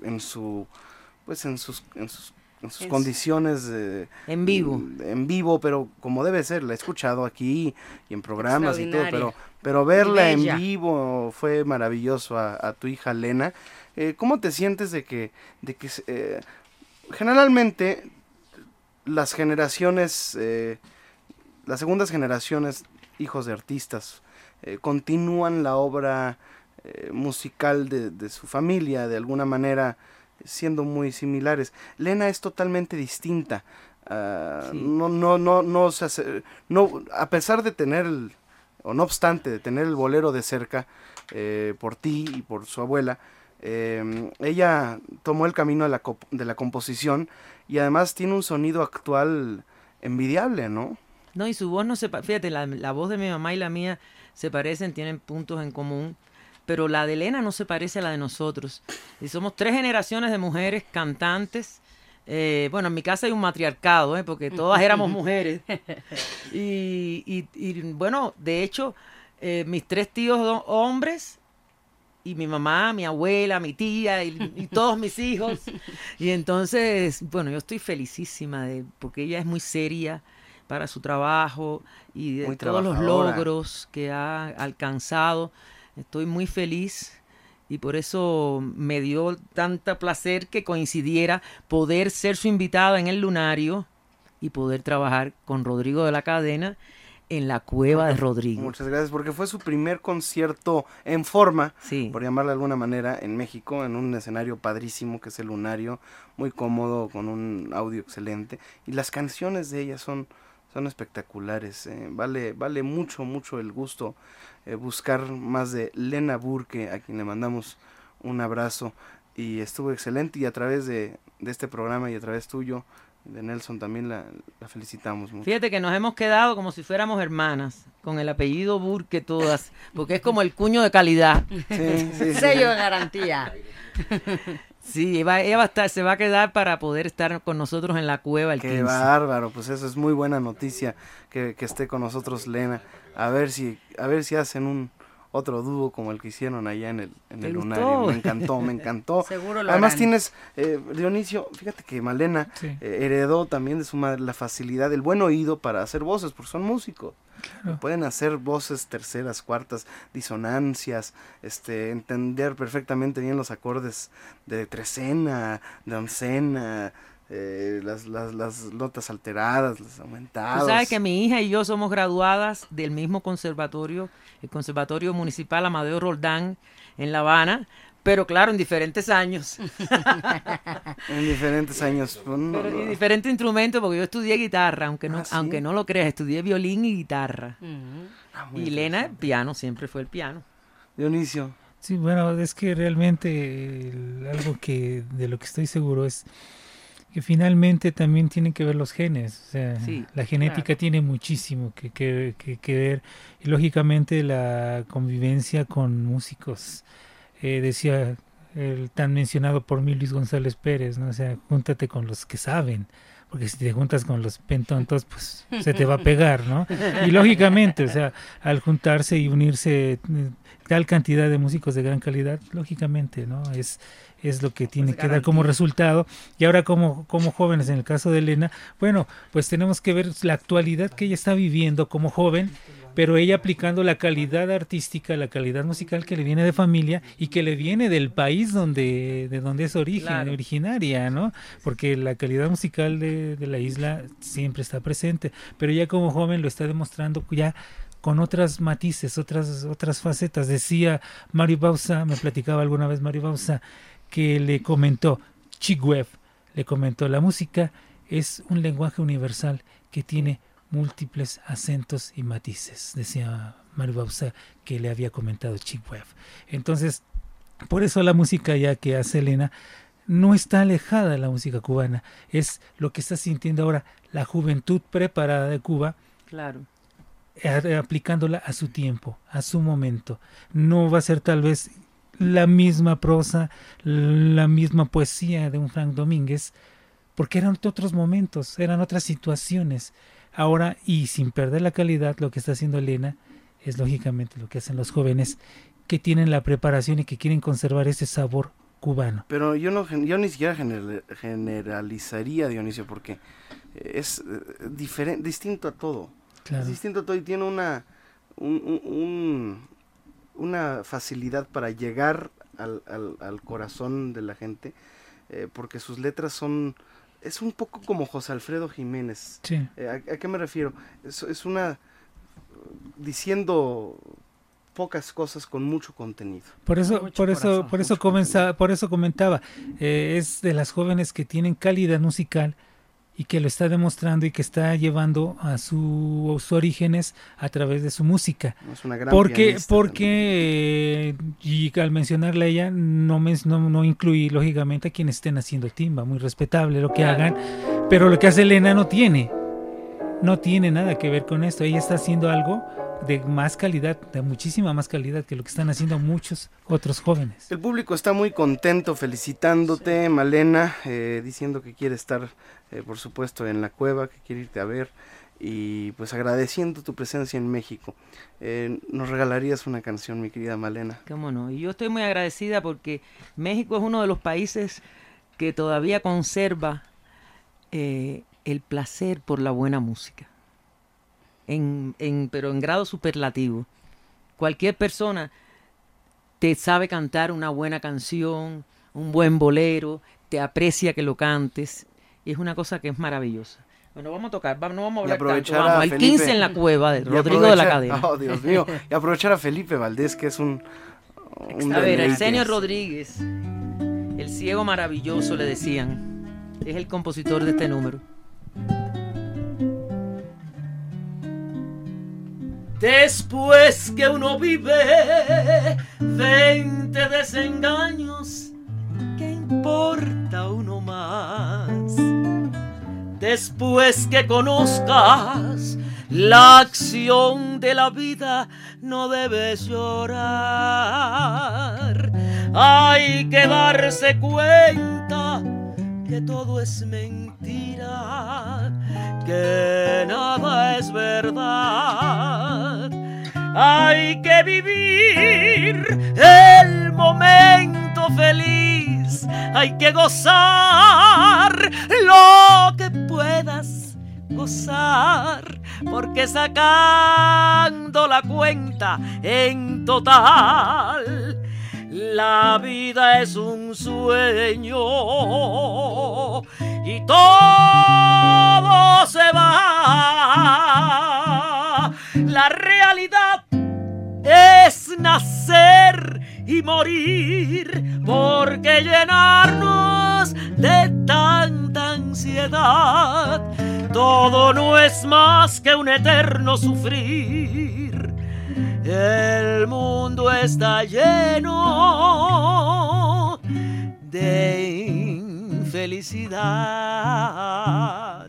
condiciones en vivo, pero como debe ser, la he escuchado aquí y en programas y todo, pero verla en vivo fue maravilloso a tu hija Lena. ¿Cómo te sientes de que generalmente las generaciones, las segundas generaciones, hijos de artistas, continúan la obra musical de su familia, de alguna manera siendo muy similares? Lena es totalmente distinta. Sí. No a pesar de tener no obstante de tener el bolero de cerca, por ti y por su abuela, ella tomó el camino de la composición, y además tiene un sonido actual envidiable, ¿no? No, y su voz no se fíjate, la voz de mi mamá y la mía se parecen, tienen puntos en común, pero la de Elena no se parece a la de nosotros. Y somos 3 generaciones de mujeres cantantes. Bueno, en mi casa hay un matriarcado, porque todas éramos mujeres. Y bueno, de hecho, mis 3 tíos hombres, y mi mamá, mi abuela, mi tía y todos mis hijos. Y entonces, bueno, yo estoy felicísima porque ella es muy seria para su trabajo y de todos los logros que ha alcanzado. Estoy muy feliz y por eso me dio tanta placer que coincidiera poder ser su invitada en el Lunario y poder trabajar con Rodrigo de la Cadena en la Cueva de Rodrigo. Muchas gracias, porque fue su primer concierto en forma, sí, por llamarlo de alguna manera, en México, en un escenario padrísimo que es el Lunario, muy cómodo, con un audio excelente, y las canciones de ella son espectaculares. Vale mucho el gusto buscar más de Lena Burke, a quien le mandamos un abrazo, y estuvo excelente, y a través de este programa y a través tuyo, de Nelson, también la felicitamos mucho. Fíjate que nos hemos quedado como si fuéramos hermanas, con el apellido Burke todas, porque es como el cuño de calidad. Sí. Sello de garantía. Sí, ella se va a quedar para poder estar con nosotros en la cueva el 15. Qué bárbaro, pues eso es muy buena noticia, que esté con nosotros Lena. A ver si hacen otro dúo como el que hicieron allá en el Lunario. Me encantó. Seguro lo Además harán. tienes, Dionisio, fíjate que Malena heredó también de su madre la facilidad, el buen oído para hacer voces, porque son músicos. Claro. Pueden hacer voces terceras, cuartas, disonancias, entender perfectamente bien los acordes de trecena, de oncena, las notas alteradas, las aumentadas. Tú sabes que mi hija y yo somos graduadas del mismo conservatorio, el Conservatorio Municipal Amadeo Roldán en La Habana, pero claro, en diferentes años. En diferentes años. Pero y diferentes instrumentos, porque yo estudié guitarra, aunque no lo creas, estudié violín y guitarra. Y Lena, piano, siempre fue el piano. Dionisio. Sí, bueno, es que realmente algo de lo que estoy seguro es que finalmente también tienen que ver los genes. O sea, sí, la genética tiene muchísimo que ver, y lógicamente la convivencia con músicos. Decía el tan mencionado por mí Luis González Pérez, ¿no? O sea, júntate con los que saben, porque si te juntas con los pentontos, pues se te va a pegar, ¿no? Y lógicamente, o sea, al juntarse y unirse tal cantidad de músicos de gran calidad, lógicamente, ¿no? Es lo que tiene que dar como resultado. Y ahora como jóvenes, en el caso de Elena, bueno, pues tenemos que ver la actualidad que ella está viviendo como joven, pero ella aplicando la calidad artística, la calidad musical que le viene de familia y que le viene del país de donde es originaria, ¿no? Porque la calidad musical de la isla siempre está presente, pero ella como joven lo está demostrando ya con otras matices, otras facetas. Decía Mario Bauza, me platicaba alguna vez Mario Bauza, que le comentó, Chigüev, le comentó, la música es un lenguaje universal que tiene múltiples acentos y matices, decía Mario Bauza, que le había comentado Chigüev. Entonces, por eso la música ya que hace Elena no está alejada de la música cubana, es lo que está sintiendo ahora la juventud preparada de Cuba, claro, aplicándola a su tiempo, a su momento. No va a ser tal vez la misma prosa, la misma poesía de un Frank Domínguez, porque eran otros momentos, eran otras situaciones. Ahora, y sin perder la calidad, lo que está haciendo Elena es lógicamente lo que hacen los jóvenes que tienen la preparación y que quieren conservar ese sabor cubano. Pero yo ni siquiera generalizaría, Dionisio, porque es distinto a todo. Claro. Es distinto a todo y tiene una facilidad para llegar al corazón de la gente, porque sus letras es un poco como José Alfredo Jiménez. Sí. ¿A qué me refiero? Es una diciendo pocas cosas con mucho contenido. Por eso comentaba, es de las jóvenes que tienen calidad musical y que lo está demostrando y que está llevando a sus orígenes a través de su música. Es una gran porque y al mencionarla a ella no incluí lógicamente a quienes estén haciendo timba, muy respetable lo que hagan, pero lo que hace Elena no tiene no tiene nada que ver con esto. Ella está haciendo algo de más calidad, de muchísima más calidad que lo que están haciendo muchos otros jóvenes. El público está muy contento, felicitándote, Malena, diciendo que quiere estar, por supuesto, en la cueva, que quiere irte a ver, y pues agradeciendo tu presencia en México. ¿Nos regalarías una canción, mi querida Malena? Cómo no, y yo estoy muy agradecida porque México es uno de los países que todavía conserva el placer por la buena música, pero en grado superlativo. Cualquier persona te sabe cantar una buena canción, un buen bolero, te aprecia que lo cantes, y es una cosa que es maravillosa. Bueno, vamos a tocar, no vamos a hablar tanto, vamos, el 15 en la cueva de Rodrigo de la Cadena. Oh, Dios mío, y aprovechar a Felipe Valdés, que es un a ver, Arsenio Rodríguez, el ciego maravilloso le decían, es el compositor de este número. Después que uno vive 20 desengaños, ¿qué importa uno más? Después que conozcas la acción de la vida, no debes llorar. Hay que darse cuenta que todo es mentira, que nada es verdad. Hay que vivir el momento feliz, hay que gozar lo que puedas gozar, porque sacando la cuenta en total, la vida es un sueño y todo se va. La realidad es nacer y morir, porque llenarnos de tanta ansiedad, todo no es más que un eterno sufrir. El mundo está lleno de infelicidad.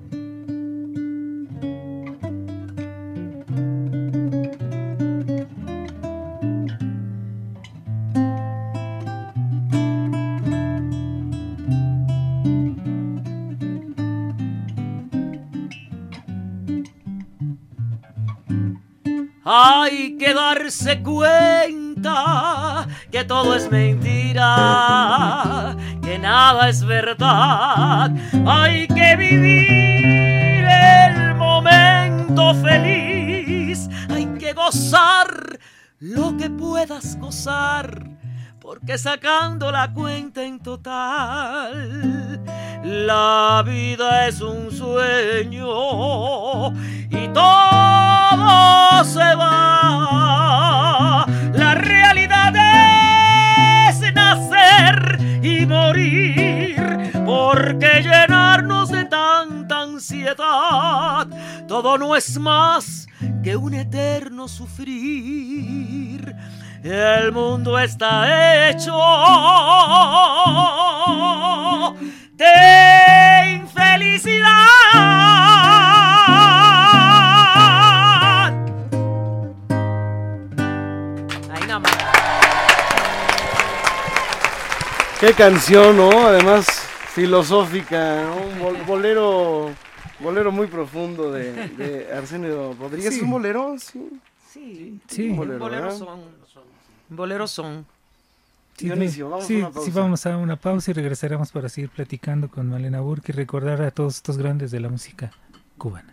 Hay que darse cuenta que todo es mentira, que nada es verdad. Hay que vivir el momento feliz, hay que gozar lo que puedas gozar, porque sacando la cuenta en total, la vida es un sueño y todo se va. La realidad es nacer y morir, porque llenarnos de tanta ansiedad, todo no es más que un eterno sufrir. El mundo está hecho de infelicidad. Ahí nada más. Qué canción, ¿no? Además filosófica, ¿no? Un bolero muy profundo de Arsenio Rodríguez. Sí. ¿Es un bolero? Sí. Un bolero, Boleros son. Sí, Dionisio, vamos a una pausa. Sí, vamos a una pausa y regresaremos para seguir platicando con Malena Burke y recordar a todos estos grandes de la música cubana.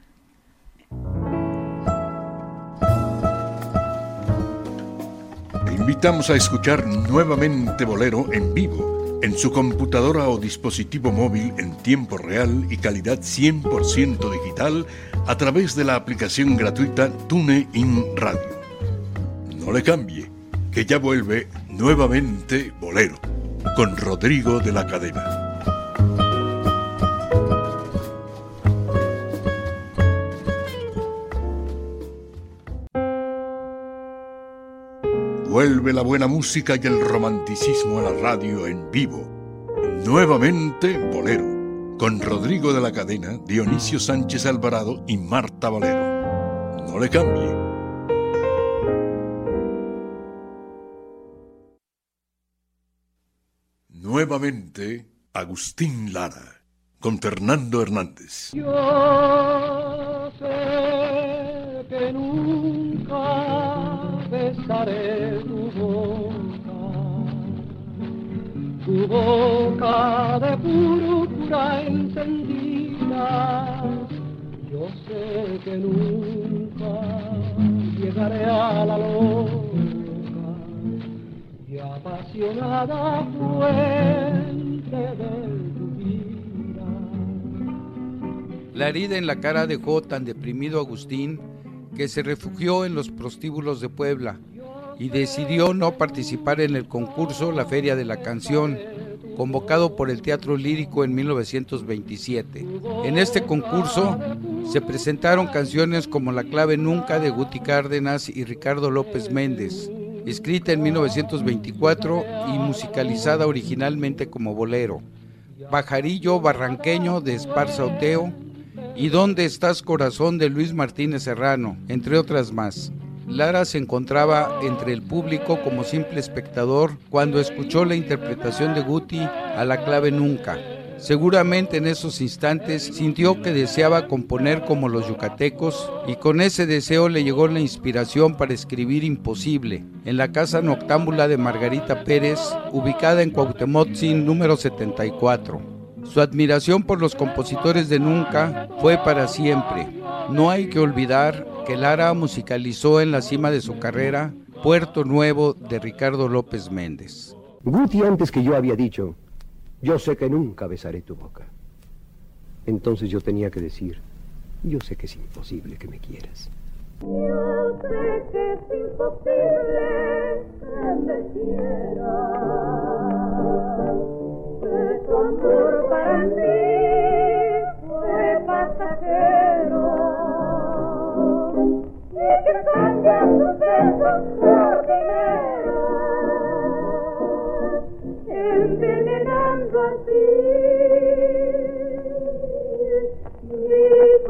Te invitamos a escuchar nuevamente Bolero en vivo, en su computadora o dispositivo móvil en tiempo real y calidad 100% digital a través de la aplicación gratuita TuneIn Radio. No le cambie, que ya vuelve nuevamente Bolero, con Rodrigo de la Cadena. Vuelve la buena música y el romanticismo a la radio en vivo. Nuevamente Bolero, con Rodrigo de la Cadena, Dionisio Sánchez Alvarado y Marta Valero. No le cambie. Nuevamente, Agustín Lara, con Fernando Hernández. Yo sé que nunca besaré tu boca de púrpura encendida. Yo sé que nunca llegaré a la loca y apasionada fuente de tu vida. La herida en la cara dejó tan deprimido a Agustín que se refugió en los prostíbulos de Puebla y decidió no participar en el concurso La Feria de la Canción, convocado por el Teatro Lírico en 1927. En este concurso se presentaron canciones como La Clave Nunca de Guti Cárdenas y Ricardo López Méndez, escrita en 1924 y musicalizada originalmente como bolero, Pajarillo Barranqueño de Esparza Oteo y ¿Dónde estás, corazón? De Luis Martínez Serrano, entre otras más. Lara se encontraba entre el público como simple espectador cuando escuchó la interpretación de Guti a La Clave Nunca. Seguramente en esos instantes sintió que deseaba componer como los yucatecos y con ese deseo le llegó la inspiración para escribir Imposible en la casa noctámbula de Margarita Pérez, ubicada en Cuauhtemotzin número 74. Su admiración por los compositores de Nunca fue para siempre. No hay que olvidar que Lara musicalizó en la cima de su carrera Puerto Nuevo de Ricardo López Méndez. Guti antes que yo había dicho, yo sé que nunca besaré tu boca. Entonces yo tenía que decir, yo sé que es imposible que me quieras. Yo sé que es imposible que me quieras, que tu amor para mí fue pasajero. Y que cambias tus besos por dinero, envenenando así mi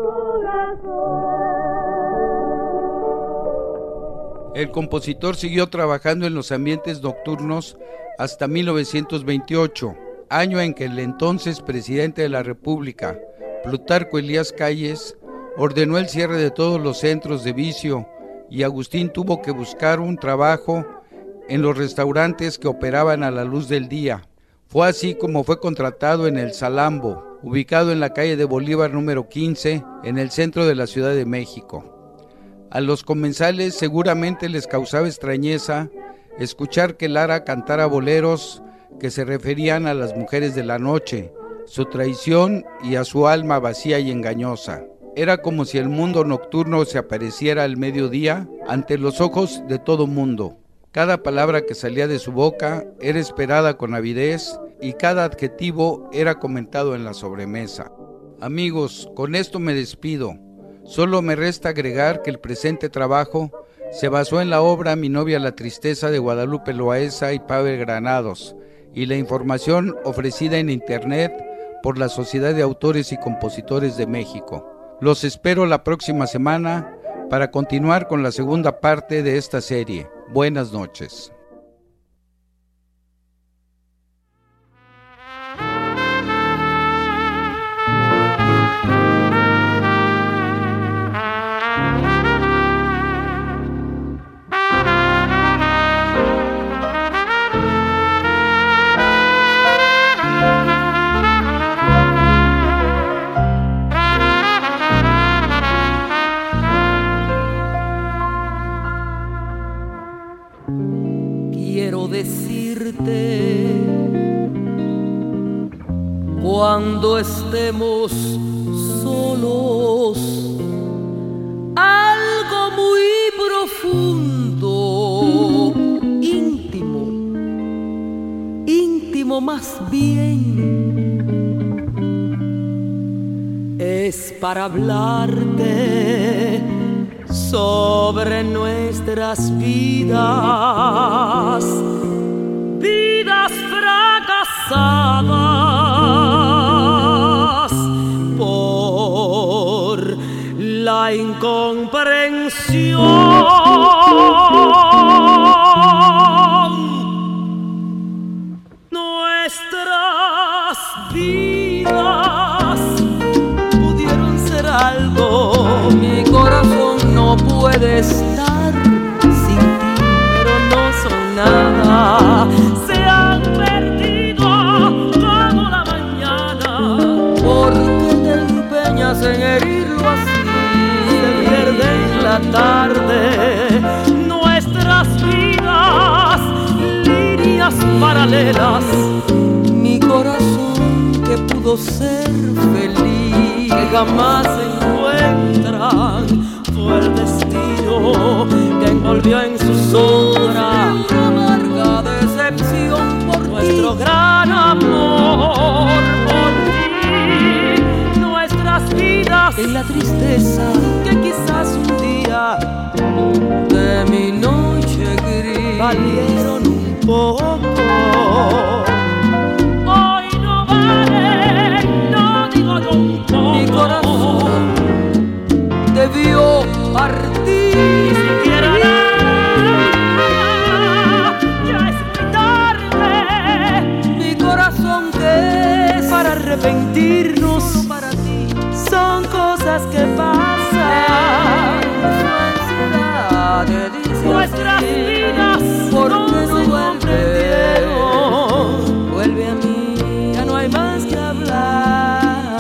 corazón. El compositor siguió trabajando en los ambientes nocturnos hasta 1928, año en que el entonces presidente de la República, Plutarco Elías Calles, ordenó el cierre de todos los centros de vicio y Agustín tuvo que buscar un trabajo en los restaurantes que operaban a la luz del día. Fue así como fue contratado en el Salambo, ubicado en la calle de Bolívar número 15, en el centro de la Ciudad de México. A los comensales seguramente les causaba extrañeza escuchar que Lara cantara boleros que se referían a las mujeres de la noche, su traición y a su alma vacía y engañosa. Era como si el mundo nocturno se apareciera al mediodía ante los ojos de todo mundo. Cada palabra que salía de su boca era esperada con avidez y cada adjetivo era comentado en la sobremesa. Amigos, con esto me despido. Solo me resta agregar que el presente trabajo se basó en la obra Mi novia la tristeza de Guadalupe Loaesa y Pavel Granados y la información ofrecida en internet por la Sociedad de Autores y Compositores de México. Los espero la próxima semana para continuar con la segunda parte de esta serie. Buenas noches. Cuando estemos solos, algo muy profundo, íntimo más bien, es para hablarte sobre nuestras vidas fracasadas. la incomprensión. Nuestras vidas pudieron ser algo. Mi corazón no puede estar sin ti, pero no son nada. Se han perdido como la mañana. Porque te empeñas en herirlo así. Se pierde en la tarde nuestras vidas, líneas paralelas. Mi corazón que pudo ser feliz, que jamás se encuentran, fue el destino que envolvió en su sombra una amarga decepción por nuestro ti. gran amor por ti. Nuestras vidas En la tristeza que quizás un día de mi noche gris valieron un poco, hoy no valen, no digo yo un poco. mi corazón debió partir. Ni siquiera ya es muy tarde. Mi corazón que es Para arrepentirnos solo para ti. son cosas que pasan. Su ansiedad de dice Nuestras así, vidas ¿por no qué no se vuelve? comprendieron? Vuelve a mí, Ya no hay más que hablar.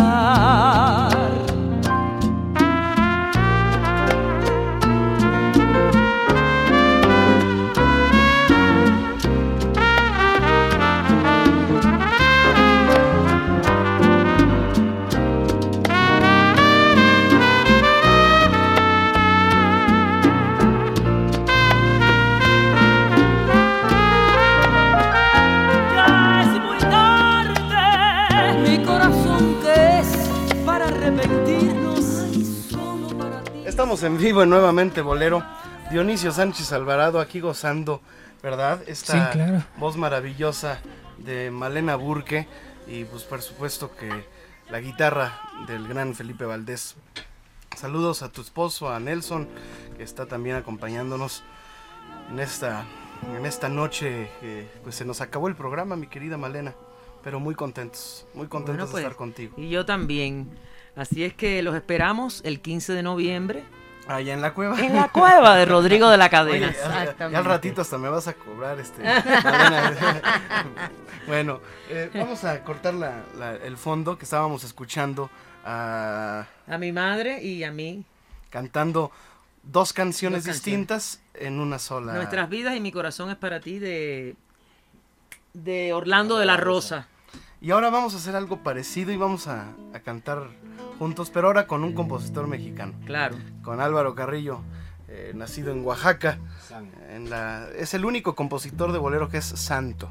Ya es muy tarde. mi corazón que es Para arrepentirnos. solo para ti. Estamos en vivo en Nuevamente Bolero. Dionisio Sánchez Alvarado aquí gozando, ¿verdad? Esta Sí, claro. voz maravillosa de Malena Burke y pues por supuesto que la guitarra del gran Felipe Valdés. Saludos a tu esposo, a Nelson, que está también acompañándonos en esta noche. Pues se nos acabó el programa, mi querida Malena, pero muy contentos Bueno, de pues, estar contigo. Y yo también. Así es que los esperamos el 15 de noviembre Allá en la cueva. en la cueva de Rodrigo de la Cadena. Oye, ya al ratito hasta me vas a cobrar Malena. Bueno, vamos a cortar el fondo que estábamos escuchando A mi madre y a mí. cantando dos canciones Dos distintas en una sola. Nuestras vidas y mi corazón es para ti de Orlando de la Rosa. Y ahora vamos a hacer algo parecido y vamos a cantar juntos, pero ahora con un compositor mexicano. Claro. Con Álvaro Carrillo, nacido en Oaxaca. Es el único compositor de bolero que es santo.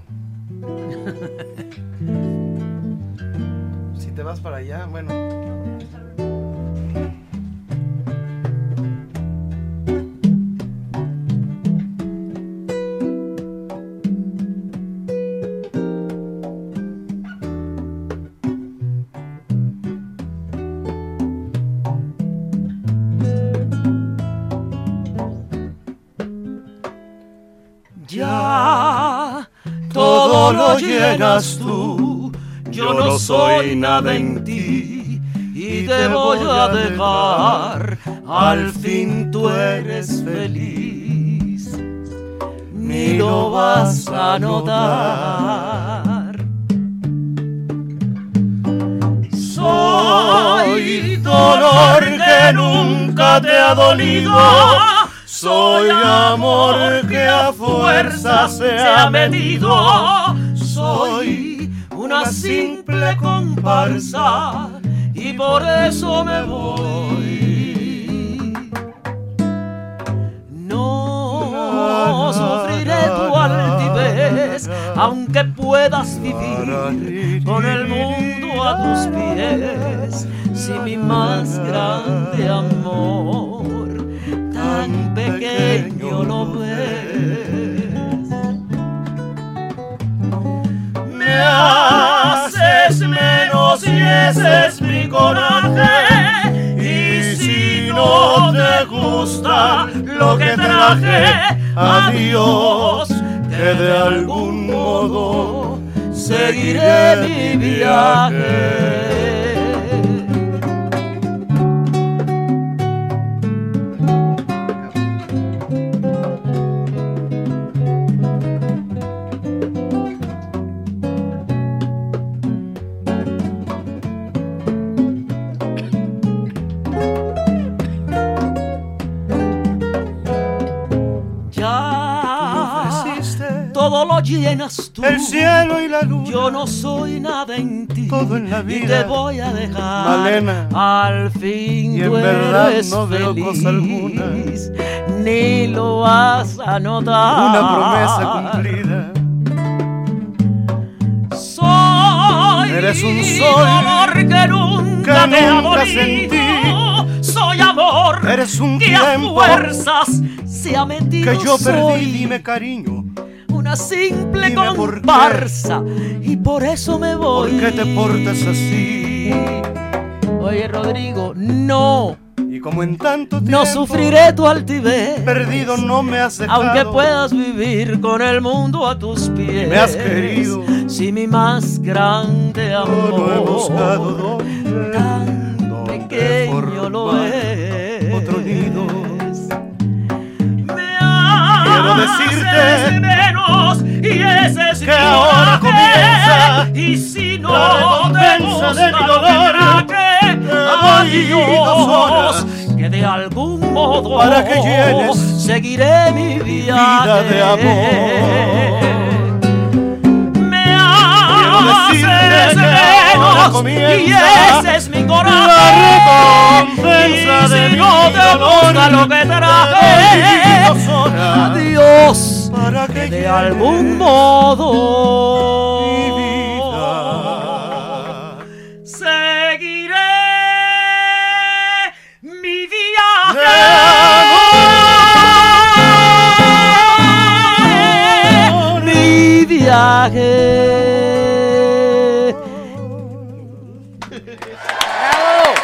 Si te vas para allá, bueno. Ya todo lo llenas tú, yo no soy nada en ti y te voy a dejar, al fin tú eres feliz, ni lo vas a notar. Soy dolor que nunca te ha dolido, soy amor que a fuerza se ha metido, soy una simple comparsa y por eso me voy. No sufriré tu altivez, aunque puedas vivir con el mundo a tus pies, si mi más grande amor tan pequeño lo ves. Me haces menos y ese es mi coraje, y si no te gusta lo que traje. Adiós, que de algún modo seguiré mi viaje. Todo lo llenas tú, el cielo y la luna. Yo no soy nada en ti, todo en la vida. Y te voy a dejar, Malena. Al fin y en tú verdad eres no veo feliz, cosa alguna, ni lo vas a notar. Una promesa cumplida. Eres un sol dolor que nunca te ha dolido. Soy amor, eres un que tiempo a fuerzas se ha metido. Que yo perdí, soy dime cariño. Una simple dime comparsa y por eso me voy. ¿Por qué te portas así? Oye Rodrigo, no. Y como en tanto tiempo no sufriré tu altivez. Perdido no me has dejado. Aunque puedas vivir con el mundo a tus pies. Me has querido. Si mi más grande amor no he buscado donde, tan pequeño lo es. Otro nido. Quiero decirte menos y ese es que ahora comienza y si no la recompensa de mi dolor. Adiós, que de algún modo para que llenes seguiré mi vida de amor. Me haces menos y ese es mi corazón. La recompensa de si mi no te dolor. Gusta lo que traje. Adiós, para que de algún modo mi vida seguiré mi viaje. Mi viaje. ¡Bravo!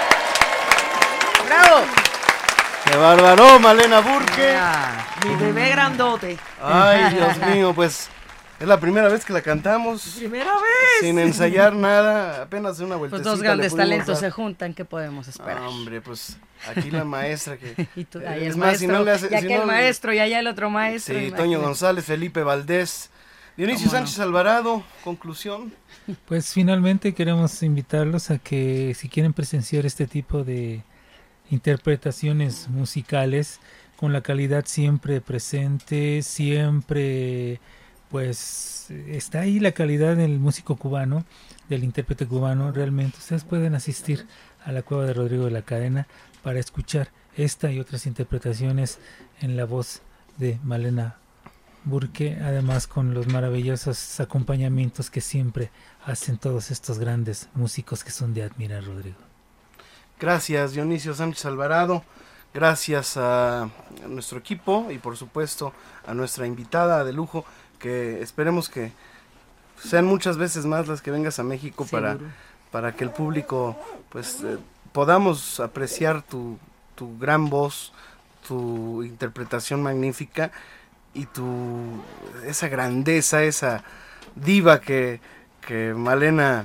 ¡Bravo! ¡Qué bárbaro, Malena Burke! Mi bebé grandote. Ay, Dios mío, pues es la primera vez que la cantamos. Primera vez. Sin ensayar nada, apenas una vueltecita. Pues dos grandes talentos se juntan, ¿qué podemos esperar? Hombre, pues aquí la maestra que... y tú, ahí es el más, maestro, si no le hace, y si aquel no, maestro, y allá el otro maestro. Sí, imagínate. Toño González, Felipe Valdés, Dionisio Sánchez Alvarado, conclusión. Pues finalmente queremos invitarlos a que si quieren presenciar este tipo de interpretaciones musicales con la calidad siempre presente, siempre pues está ahí la calidad del músico cubano, del intérprete cubano, realmente ustedes pueden asistir a la Cueva de Rodrigo de la Cadena para escuchar esta y otras interpretaciones en la voz de Malena Burke, además con los maravillosos acompañamientos que siempre hacen todos estos grandes músicos que son de admirar, Rodrigo. Gracias, Dionisio Sánchez Alvarado. Gracias a nuestro equipo y por supuesto a nuestra invitada de lujo, que esperemos que sean muchas veces más las que vengas a México para que el público pues podamos apreciar tu gran voz, tu interpretación magnífica y esa grandeza, esa diva que Malena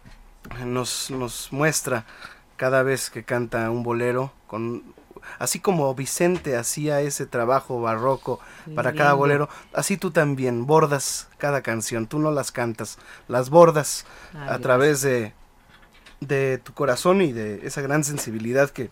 nos muestra cada vez que canta un bolero, así como Vicente hacía ese trabajo barroco para cada bolero, así tú también bordas cada canción, tú no las cantas, las bordas a través de tu corazón y de esa gran sensibilidad que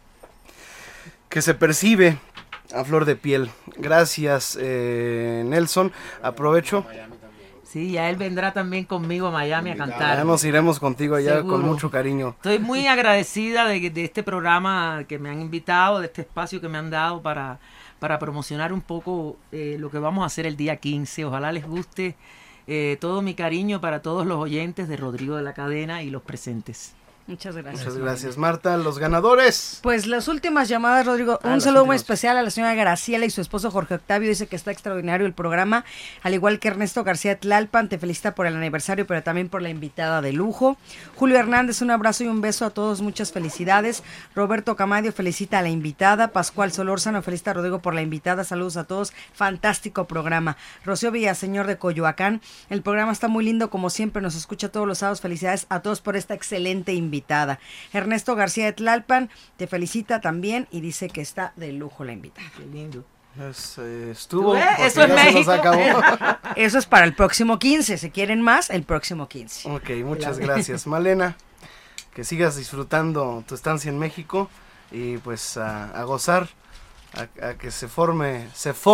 se percibe a flor de piel. Gracias, Nelson. Aprovecho. Sí, ya él vendrá también conmigo a Miami a cantar. Ya nos iremos contigo allá. Seguro. Con mucho cariño. Estoy muy agradecida de este programa que me han invitado, de este espacio que me han dado para promocionar un poco lo que vamos a hacer el día 15. Ojalá les guste. Todo mi cariño para todos los oyentes de Rodrigo de la Cadena y los presentes. Muchas gracias. Muchas gracias, Marta. Los ganadores. Pues las últimas llamadas, Rodrigo. Un saludo muy especial a la señora Graciela y su esposo Jorge Octavio. Dice que está extraordinario el programa, al igual que Ernesto García Tlalpan. Te felicita por el aniversario, pero también por la invitada de lujo. Julio Hernández, un abrazo y un beso a todos. Muchas felicidades. Roberto Camadio felicita a la invitada. Pascual Solórzano felicita a Rodrigo por la invitada. Saludos a todos. Fantástico programa. Rocío Villaseñor de Coyoacán. El programa está muy lindo, como siempre. Nos escucha todos los sábados. Felicidades a todos por esta excelente invitada. Ernesto García de Tlalpan te felicita también y dice que está de lujo la invitada. Qué lindo. Estuvo. Eso es México. Eso es para el próximo 15. Si quieren más, el próximo 15. Ok, muchas gracias. Malena, que sigas disfrutando tu estancia en México y pues a gozar, a que se fome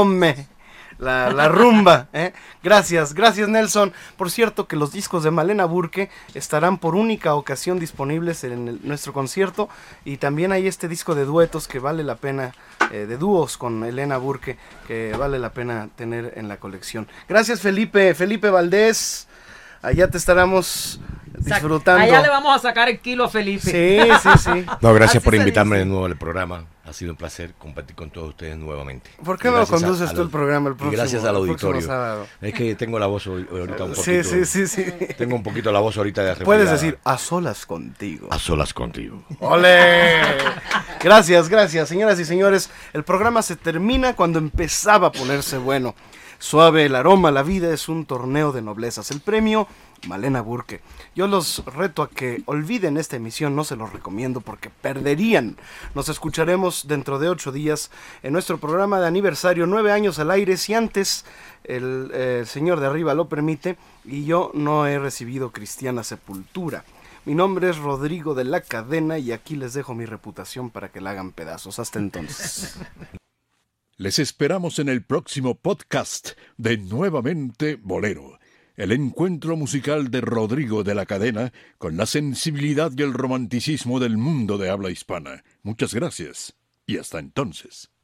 la rumba, ¿eh? Gracias Nelson. Por cierto que los discos de Malena Burke estarán por única ocasión disponibles en nuestro concierto, y también hay este disco de duetos que vale la pena, de dúos con Elena Burke, que vale la pena tener en la colección. Gracias Felipe Valdés, allá te estaremos disfrutando. Allá le vamos a sacar el kilo a Felipe. Sí. No, gracias por invitarme de nuevo al programa. Ha sido un placer compartir con todos ustedes nuevamente. ¿Por qué no conduces tú el programa el próximo? Y gracias al auditorio. Sábado. Es que tengo la voz ahorita un poquito. Sí. Tengo un poquito la voz ahorita de refrigerada. Puedes decir a solas contigo. A solas contigo. ¡Ole! Gracias. Señoras y señores, el programa se termina cuando empezaba a ponerse bueno. Suave el aroma, la vida es un torneo de noblezas. El premio Malena Burke. Yo los reto a que olviden esta emisión, no se los recomiendo porque perderían. Nos escucharemos dentro de 8 días en nuestro programa de aniversario, 9 años al aire, si antes el señor de arriba lo permite y yo no he recibido cristiana sepultura. Mi nombre es Rodrigo de la Cadena y aquí les dejo mi reputación para que la hagan pedazos. Hasta entonces. Les esperamos en el próximo podcast de Nuevamente Bolero, el encuentro musical de Rodrigo de la Cadena con la sensibilidad y el romanticismo del mundo de habla hispana. Muchas gracias y hasta entonces.